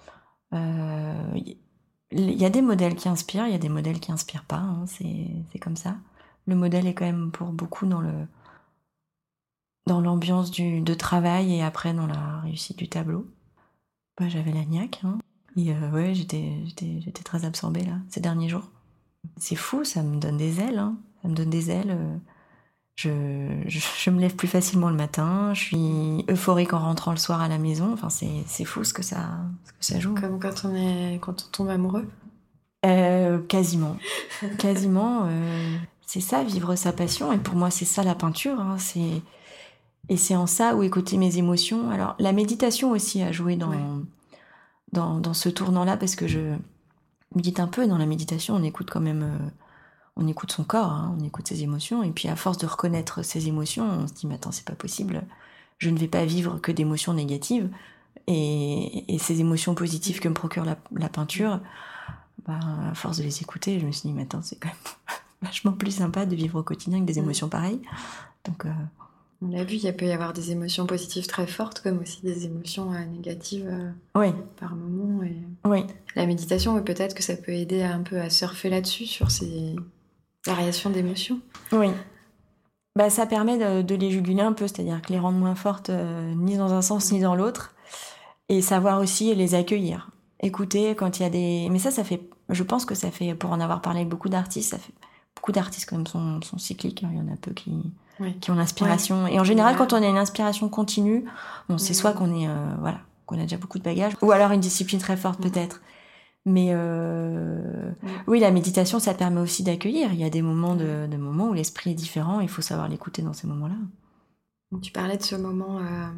Il y a des modèles qui inspirent, il y a des modèles qui inspirent pas, hein, c'est comme ça. Le modèle est quand même pour beaucoup dans l'ambiance de travail et après dans la réussite du tableau. J'avais la niaque, hein, et ouais, j'étais très absorbée là ces derniers jours. C'est fou, ça me donne des ailes, hein. Ça me donne des ailes. Je me lève plus facilement le matin, je suis euphorique en rentrant le soir à la maison. Enfin, c'est fou ce que ça joue. Comme quand on tombe amoureux. Quasiment. C'est ça, vivre sa passion. Et pour moi, c'est ça la peinture. Hein. Et c'est en ça où écouter mes émotions. Alors, la méditation aussi a joué dans ce tournant-là, parce que je médite un peu. Et dans la méditation, on écoute quand même... on écoute son corps, hein, on écoute ses émotions. Et puis, à force de reconnaître ses émotions, on se dit, mais attends, c'est pas possible. Je ne vais pas vivre que d'émotions négatives. Et ces émotions positives que me procure la peinture, à force de les écouter, je me suis dit, mais attends, c'est quand même vachement plus sympa de vivre au quotidien avec des émotions pareilles. Donc, on l'a vu, il peut y avoir des émotions positives très fortes, comme aussi des émotions négatives par moment. Et oui. La méditation, peut-être que ça peut aider un peu à surfer là-dessus, sur ces variations d'émotions. Oui. Ça permet de les juguler un peu, c'est-à-dire que les rendre moins fortes, ni dans un sens ni dans l'autre, et savoir aussi les accueillir. Écouter quand il y a des... Mais ça fait... Je pense que ça fait, pour en avoir parlé avec beaucoup d'artistes, ça fait... Beaucoup d'artistes quand même sont cycliques, hein. Il y en a peu qui ont l'inspiration. Ouais. Et en général, quand on a une inspiration continue, c'est soit qu'on est... qu'on a déjà beaucoup de bagages, ou alors une discipline très forte peut-être. Mais oui, la méditation, ça permet aussi d'accueillir. Il y a des moments de moments où l'esprit est différent, il faut savoir l'écouter dans ces moments-là. Tu parlais de ce moment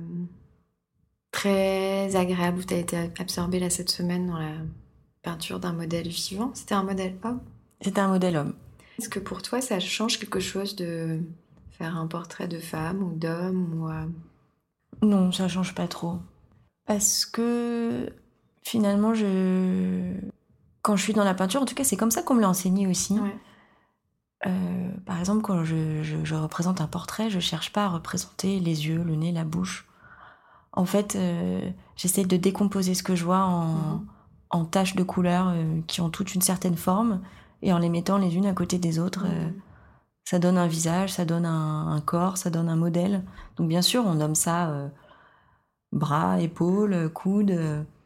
très agréable où tu as été absorbée là cette semaine dans la peinture d'un modèle vivant. C'était un modèle homme ? C'était un modèle homme. Est-ce que pour toi, ça change quelque chose de faire un portrait de femme ou d'homme ou Non, ça change pas trop. Parce que finalement, quand je suis dans la peinture, en tout cas, c'est comme ça qu'on me l'a enseigné aussi. Ouais. Par exemple, quand je représente un portrait, je cherche pas à représenter les yeux, le nez, la bouche. En fait, j'essaie de décomposer ce que je vois en taches de couleurs qui ont toutes une certaine forme, et en les mettant les unes à côté des autres, ça donne un visage, ça donne un corps, ça donne un modèle. Donc bien sûr, on nomme ça bras, épaules, coudes.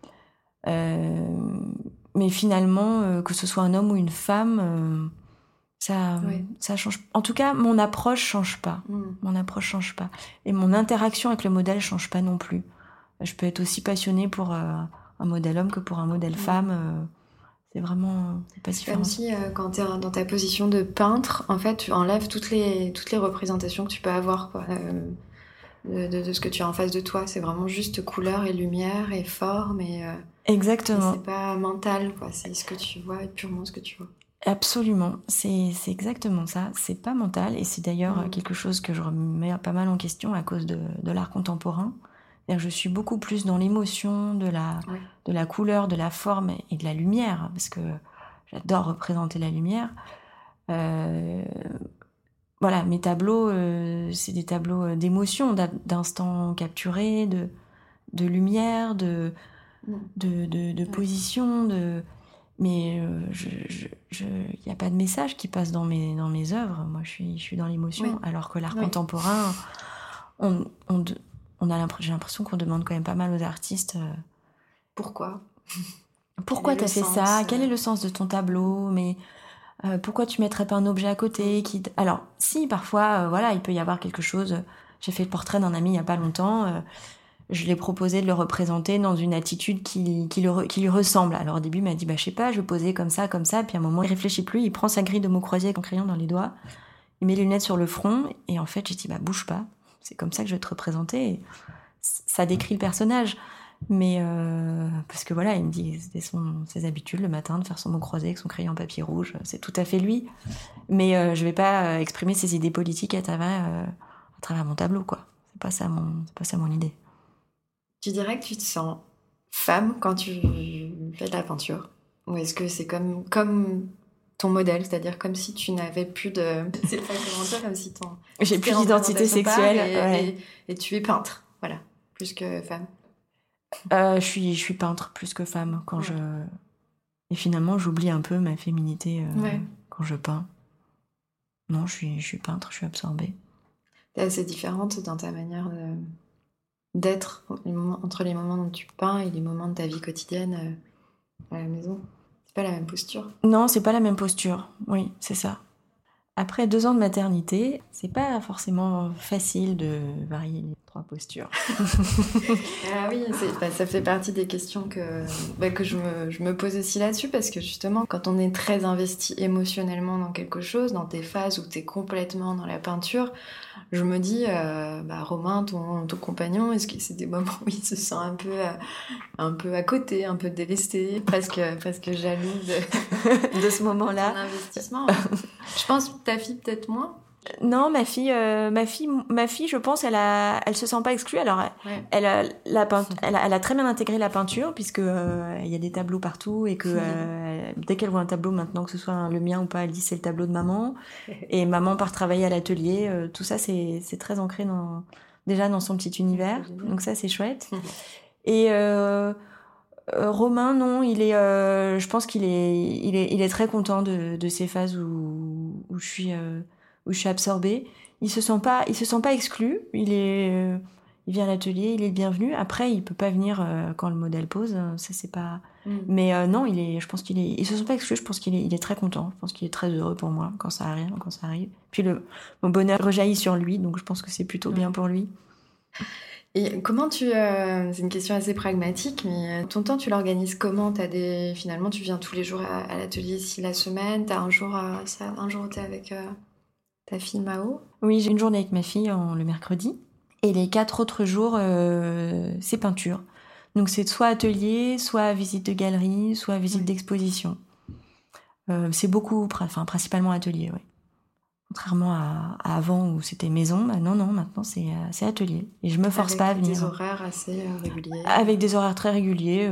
Mais finalement, que ce soit un homme ou une femme, ça change. En tout cas, mon approche change pas. Mon approche change pas. Et mon interaction avec le modèle change pas non plus. Je peux être aussi passionnée pour un modèle homme que pour un modèle femme. C'est vraiment pas différent. Comme si quand tu es dans ta position de peintre, en fait, tu enlèves toutes les représentations que tu peux avoir, quoi, de ce que tu as en face de toi. C'est vraiment juste couleur et lumière et forme. Exactement. Et c'est pas mental, quoi. C'est ce que tu vois et purement ce que tu vois. Absolument. C'est exactement ça. C'est pas mental. Et c'est d'ailleurs quelque chose que je remets pas mal en question à cause de l'art contemporain. C'est-à-dire que je suis beaucoup plus dans l'émotion, de la couleur, de la forme et de la lumière, parce que j'adore représenter la lumière. Voilà, mes tableaux, c'est des tableaux d'émotion, d'instants capturés, de lumière, de position, mais il n'y a pas de message qui passe dans mes œuvres. Moi, je suis dans l'émotion, alors que l'art contemporain, j'ai l'impression qu'on demande quand même pas mal aux artistes Pourquoi pourquoi Quel est t'as le fait sens, ça, quel est le sens de ton tableau, mais pourquoi tu mettrais pas un objet à côté Alors, si, parfois, voilà, il peut y avoir quelque chose. J'ai fait le portrait d'un ami il y a pas longtemps. Je lui ai proposé de le représenter dans une attitude qui lui ressemble. Alors au début, il m'a dit, je sais pas, je vais poser comme ça. Puis à un moment, il réfléchit plus, il prend sa grille de mots croisés avec un crayon dans les doigts, il met les lunettes sur le front, et en fait, j'ai dit, bouge pas. C'est comme ça que je vais te représenter. Et ça décrit le personnage. Mais parce que voilà, il me dit c'était ses habitudes le matin de faire son mot croisé avec son crayon en papier rouge, c'est tout à fait lui. Mais je vais pas exprimer ses idées politiques à travers mon tableau, quoi. C'est pas ça mon idée. Tu dirais que tu te sens femme quand tu fais de la peinture? Ou est-ce que c'est comme ton modèle, c'est-à-dire comme si tu n'avais plus de... C'est le fait comme si ton... J'ai plus d'identité sexuelle. Et tu es peintre, voilà, plus que femme. Je suis peintre plus que femme et finalement j'oublie un peu ma féminité quand je peins. Non, je suis peintre, je suis absorbée. T'es assez différente dans ta manière d'être entre les moments où tu peins et les moments de ta vie quotidienne à la maison. C'est pas la même posture. Non, c'est pas la même posture. Oui, c'est ça. Après 2 ans de maternité, c'est pas forcément facile de varier les 3 postures. Ah oui, ça fait partie des questions que je me pose aussi là-dessus, parce que justement, quand on est très investi émotionnellement dans quelque chose, dans tes phases où t'es complètement dans la peinture, je me dis, Romain, ton compagnon, est-ce que c'est des moments où il se sent un peu à côté, un peu délesté, presque jaloux de ce moment-là, d'investissement. Je pense que ta fille peut-être moins. Non, ma fille, je pense, elle se sent pas exclue. Alors, elle a très bien intégré la peinture, puisque il y a des tableaux partout, et que dès qu'elle voit un tableau maintenant, que ce soit le mien ou pas, elle dit c'est le tableau de maman. Et maman part travailler à l'atelier. Tout ça, c'est très ancré déjà dans son petit univers. Donc ça, c'est chouette. Et Romain, non, je pense qu'il est très content de ces phases où je suis absorbée. Il se sent pas exclu. Il vient à l'atelier, il est bienvenu. Après, il peut pas venir quand le modèle pose. Ça, c'est pas. Mais non, je pense il se sent pas exclu. Je pense qu'il est très content. Je pense qu'il est très heureux pour moi quand ça arrive. Puis mon bonheur rejaillit sur lui, donc je pense que c'est plutôt bien pour lui. Et comment c'est une question assez pragmatique, mais ton temps, tu l'organises comment? Finalement, tu viens tous les jours à l'atelier ici la semaine, t'as un jour où t'es avec ta fille Mao? Oui, j'ai une journée avec ma fille le mercredi, et les 4 autres jours, c'est peinture. Donc c'est soit atelier, soit visite de galerie, soit visite d'exposition. C'est principalement atelier, oui. Contrairement à avant où c'était maison, non, maintenant c'est atelier. Et je me force pas à venir. Avec des horaires assez réguliers. Avec des horaires très réguliers.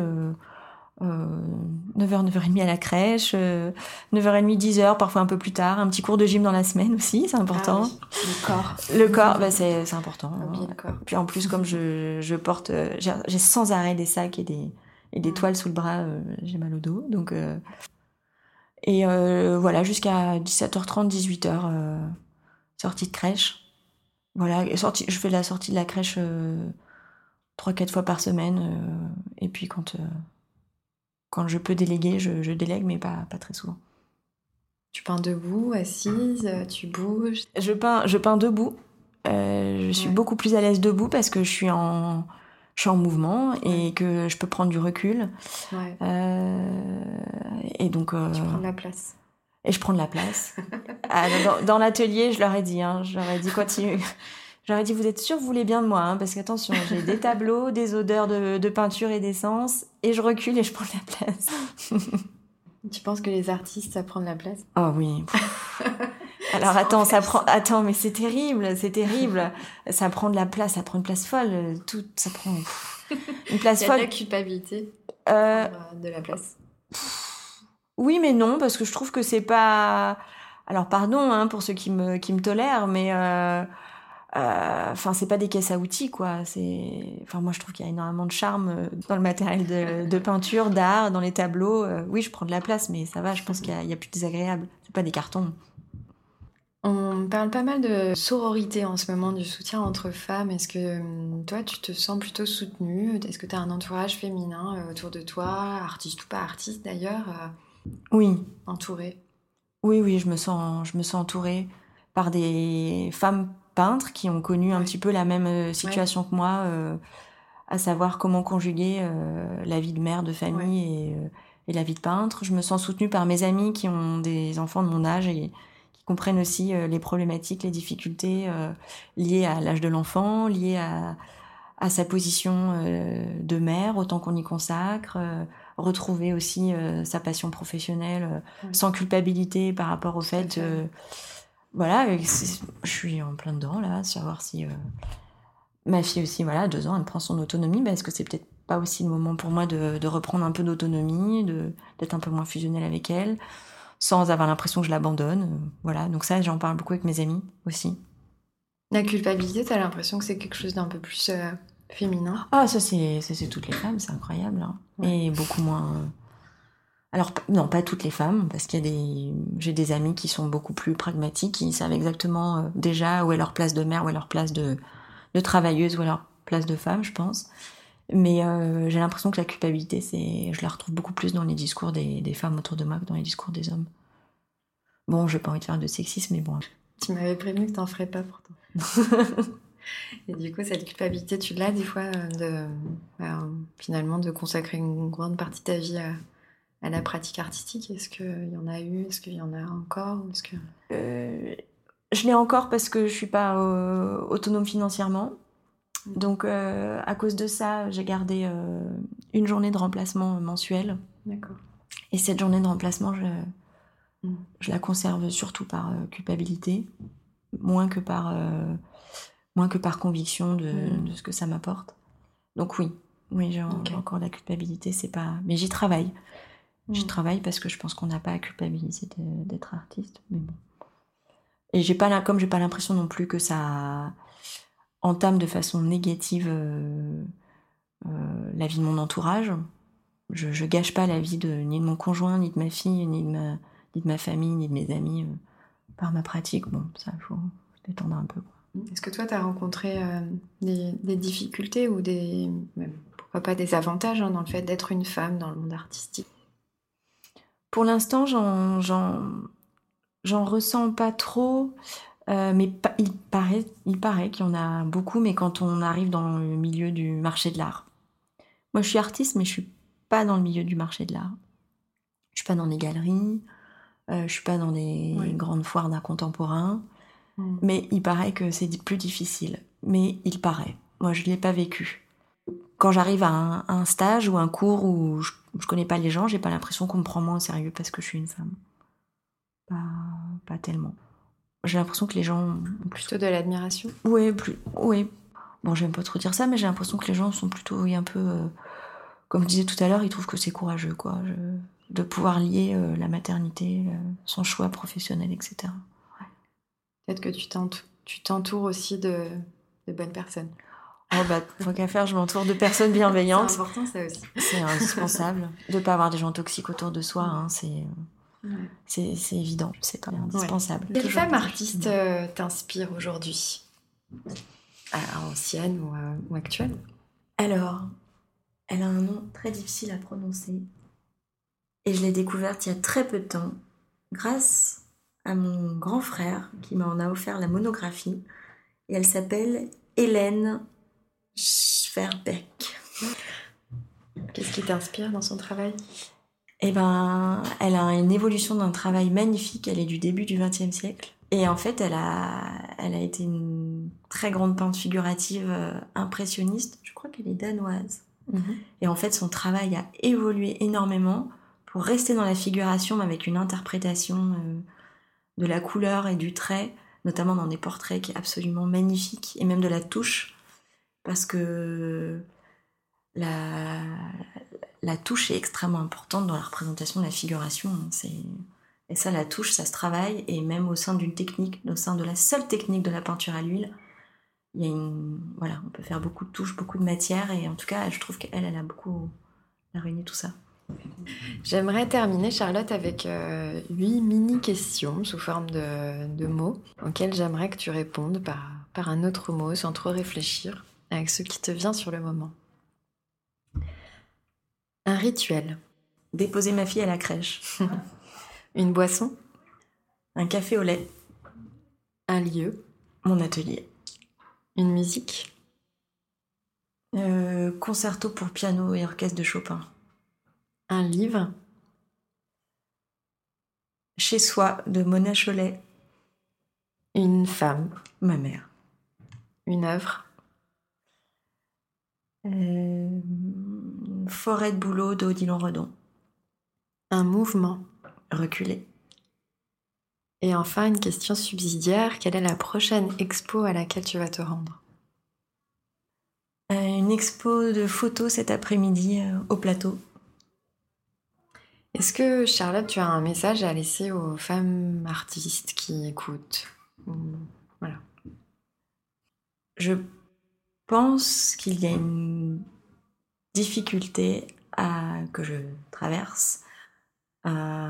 9h, 9h30 à la crèche, 9h30, 10h, parfois un peu plus tard. Un petit cours de gym dans la semaine aussi, c'est important. Ah oui. Le corps, c'est important. Le corps. Puis en plus, comme je porte... j'ai sans arrêt des sacs et des toiles sous le bras, j'ai mal au dos. Donc... Et voilà, jusqu'à 17h30, 18h, sortie de crèche. Voilà, je fais la sortie de la crèche 3-4 fois par semaine. Et puis quand je peux déléguer, je délègue, mais pas très souvent. Tu peins debout, assise, tu bouges? Je peins debout. Je suis beaucoup plus à l'aise debout parce que je suis en mouvement et que je peux prendre du recul. Ouais. Et donc... tu prends de la place. Et je prends de la place. Dans l'atelier, je leur ai dit, continue. Je leur ai dit, vous êtes sûrs que vous voulez bien de moi, parce qu'attention, j'ai des tableaux, des odeurs de peinture et d'essence, et je recule et je prends de la place. Tu penses que les artistes, ça prend de la place? Oh oui. Alors attends, mais c'est terrible. Ça prend de la place, ça prend une place folle. Ça prend une place folle. Il y a de la culpabilité de la place. Oui, mais non, parce que je trouve que c'est pas... Alors pardon pour ceux qui me tolèrent, mais c'est pas des caisses à outils, quoi. Moi, je trouve qu'il y a énormément de charme dans le matériel de peinture, d'art, dans les tableaux. Oui, je prends de la place, mais ça va, je pense qu'il y a plus désagréable. C'est pas des cartons. On parle pas mal de sororité en ce moment, du soutien entre femmes. Est-ce que toi, tu te sens plutôt soutenue? Est-ce que tu as un entourage féminin autour de toi, artiste ou pas artiste d'ailleurs, Oui, entouré? oui, je me sens entourée par des femmes peintres qui ont connu un petit peu la même situation que moi, à savoir comment conjuguer la vie de mère de famille et la vie de peintre. Je me sens soutenue par mes amis qui ont des enfants de mon âge et qui comprennent aussi les problématiques, les difficultés liées à l'âge de l'enfant, liées à sa position de mère, autant qu'on y consacre, retrouver aussi sa passion professionnelle sans culpabilité par rapport au fait voilà, je suis en plein dedans là, savoir si ma fille aussi, voilà, à 2 ans, elle prend son autonomie, est-ce que c'est peut-être pas aussi le moment pour moi de reprendre un peu d'autonomie, d'être un peu moins fusionnelle avec elle, sans avoir l'impression que je l'abandonne, voilà, donc ça j'en parle beaucoup avec mes amis aussi. La culpabilité, t'as l'impression que c'est quelque chose d'un peu plus féminin? Ah, ça c'est toutes les femmes, c'est incroyable. Hein. Et beaucoup moins. Alors, non, pas toutes les femmes, parce qu'il y a j'ai des amis qui sont beaucoup plus pragmatiques, qui savent exactement déjà où est leur place de mère, où est leur place de travailleuse, où est leur place de femme, je pense. Mais j'ai l'impression que la culpabilité, je la retrouve beaucoup plus dans les discours des femmes autour de moi que dans les discours des hommes. Bon, j'ai pas envie de faire de sexisme, mais bon. Tu m'avais prévenu que t'en ferais pas pourtant. Et du coup, cette culpabilité, tu l'as des fois finalement de consacrer une grande partie de ta vie à la pratique artistique. Est-ce qu'il y en a eu? Est-ce qu'il y en a encore? Est-ce que... Je l'ai encore parce que je suis pas autonome financièrement. Donc, à cause de ça, j'ai gardé une journée de remplacement mensuelle. D'accord. Et cette journée de remplacement, je la conserve surtout par culpabilité, moins que par conviction de ce que ça m'apporte. Donc oui, j'ai encore la culpabilité, c'est pas... Mais j'y travaille. J'y travaille parce que je pense qu'on n'a pas à culpabiliser d'être artiste, mais bon. Et comme j'ai pas l'impression non plus que ça entame de façon négative la vie de mon entourage, je gâche pas la vie ni de mon conjoint, ni de ma fille, ni de ma famille, ni de mes amis par ma pratique. Bon, ça, il faut se détendre un peu. Est-ce que toi, tu as rencontré des difficultés ou pourquoi pas des avantages dans le fait d'être une femme dans le monde artistique? Pour l'instant, j'en ressens pas trop, mais il paraît qu'il y en a beaucoup, mais quand on arrive dans le milieu du marché de l'art. Moi, je suis artiste, mais je suis pas dans le milieu du marché de l'art. Je suis pas dans des galeries, je suis pas dans des grandes foires d'art contemporain, mais il paraît que c'est plus difficile. Mais il paraît. Moi, je l'ai pas vécu. Quand j'arrive à un stage ou un cours où je connais pas les gens, j'ai pas l'impression qu'on me prend moins au sérieux parce que je suis une femme. Pas tellement. J'ai l'impression que les gens ont plutôt de l'admiration. Oui. Bon, j'aime pas trop dire ça, mais j'ai l'impression que les gens sont plutôt un peu... comme je disais tout à l'heure, ils trouvent que c'est courageux, quoi. De pouvoir lier la maternité, son choix professionnel, etc. Ouais. Peut-être que tu t'entoures aussi de bonnes personnes. Oh tant qu'à faire, je m'entoure de personnes bienveillantes. C'est important, ça aussi. C'est indispensable. De pas avoir des gens toxiques autour de soi, hein, c'est évident, c'est indispensable. Quelle femme artiste t'inspire aujourd'hui? Ancienne ou actuelle? Alors, elle a un nom très difficile à prononcer. Et je l'ai découverte il y a très peu de temps, grâce à mon grand frère qui m'en a offert la monographie. Et elle s'appelle Hélène Schverbeck. Qu'est-ce qui t'inspire dans son travail? Elle a une évolution d'un travail magnifique. Elle est du début du XXe siècle. Et en fait, elle a été une très grande peintre figurative impressionniste. Je crois qu'elle est danoise. Et en fait, son travail a évolué énormément pour rester dans la figuration, mais avec une interprétation de la couleur et du trait, notamment dans des portraits qui est absolument magnifique, et même de la touche, parce que la touche est extrêmement importante dans la représentation de la figuration. Et ça, la touche, ça se travaille, et même au sein d'une technique, au sein de la seule technique de la peinture à l'huile, il y a on peut faire beaucoup de touches, beaucoup de matière, et en tout cas, je trouve qu'elle a réuni tout ça. J'aimerais terminer, Charlotte, avec 8 mini-questions sous forme de mots auxquelles j'aimerais que tu répondes par un autre mot, sans trop réfléchir, avec ce qui te vient sur le moment. Un rituel. Déposer ma fille à la crèche. Une boisson. Un café au lait. Un lieu. Mon atelier. Une musique. Concerto pour piano et orchestre de Chopin. Un livre. Chez soi de Mona Chollet. Une femme. Ma mère. Une œuvre. Forêt de boulot d'Odilon Redon. Un mouvement. Reculer. Et enfin, une question subsidiaire. Quelle est la prochaine expo à laquelle tu vas te rendre ? Une expo de photos cet après-midi au plateau. Est-ce que, Charlotte, tu as un message à laisser aux femmes artistes qui écoutent ? Voilà. Je pense qu'il y a une difficulté que je traverse à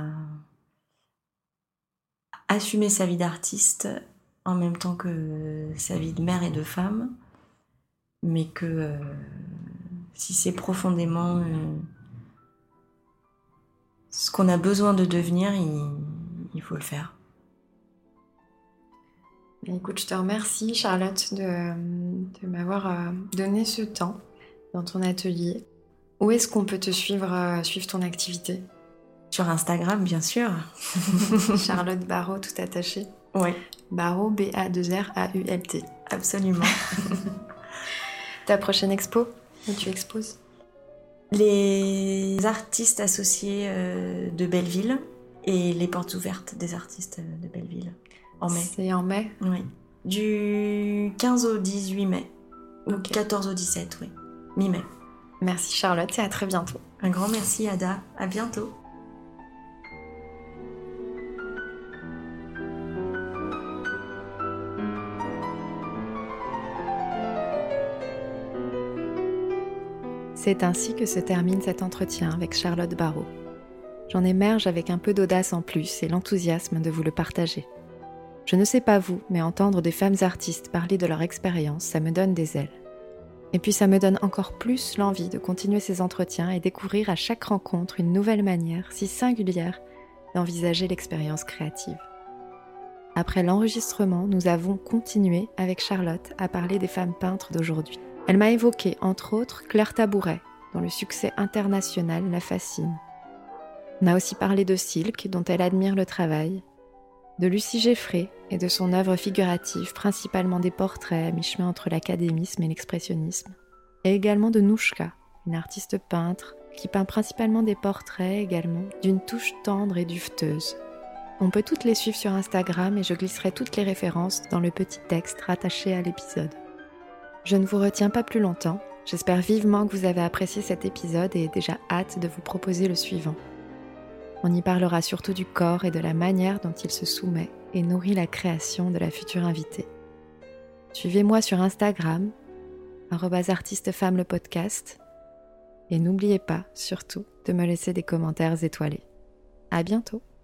assumer sa vie d'artiste en même temps que sa vie de mère et de femme, mais que si c'est profondément ce qu'on a besoin de devenir, il faut le faire. Écoute, je te remercie, Charlotte, de m'avoir donné ce temps dans ton atelier. Où est-ce qu'on peut te suivre ton activité ? Sur Instagram, bien sûr. Charlotte Barrault, tout attaché. Oui. Barrault, B-A-2-R-A-U-L-T. Absolument. Ta prochaine expo, où tu exposes ? Les artistes associés de Belleville et les portes ouvertes des artistes de Belleville. En mai. C'est en mai ? Oui. Du 15 au 18 mai. Ou Ok. 14 au 17, oui. Mi-mai. Merci Charlotte et à très bientôt. Un grand merci Ada. À bientôt. C'est ainsi que se termine cet entretien avec Charlotte Barrault. J'en émerge avec un peu d'audace en plus et l'enthousiasme de vous le partager. Je ne sais pas vous, mais entendre des femmes artistes parler de leur expérience, ça me donne des ailes. Et puis ça me donne encore plus l'envie de continuer ces entretiens et découvrir à chaque rencontre une nouvelle manière, si singulière, d'envisager l'expérience créative. Après l'enregistrement, nous avons continué avec Charlotte à parler des femmes peintres d'aujourd'hui. Elle m'a évoqué, entre autres, Claire Tabouret, dont le succès international la fascine. On a aussi parlé de Silk, dont elle admire le travail, de Lucie Geffrey et de son œuvre figurative, principalement des portraits à mi-chemin entre l'académisme et l'expressionnisme, et également de Nouchka, une artiste peintre qui peint principalement des portraits également, d'une touche tendre et duveteuse. On peut toutes les suivre sur Instagram et je glisserai toutes les références dans le petit texte rattaché à l'épisode. Je ne vous retiens pas plus longtemps, j'espère vivement que vous avez apprécié cet épisode et ai déjà hâte de vous proposer le suivant. On y parlera surtout du corps et de la manière dont il se soumet et nourrit la création de la future invitée. Suivez-moi sur Instagram, @artistefemme le podcast, et n'oubliez pas, surtout, de me laisser des commentaires étoilés. À bientôt!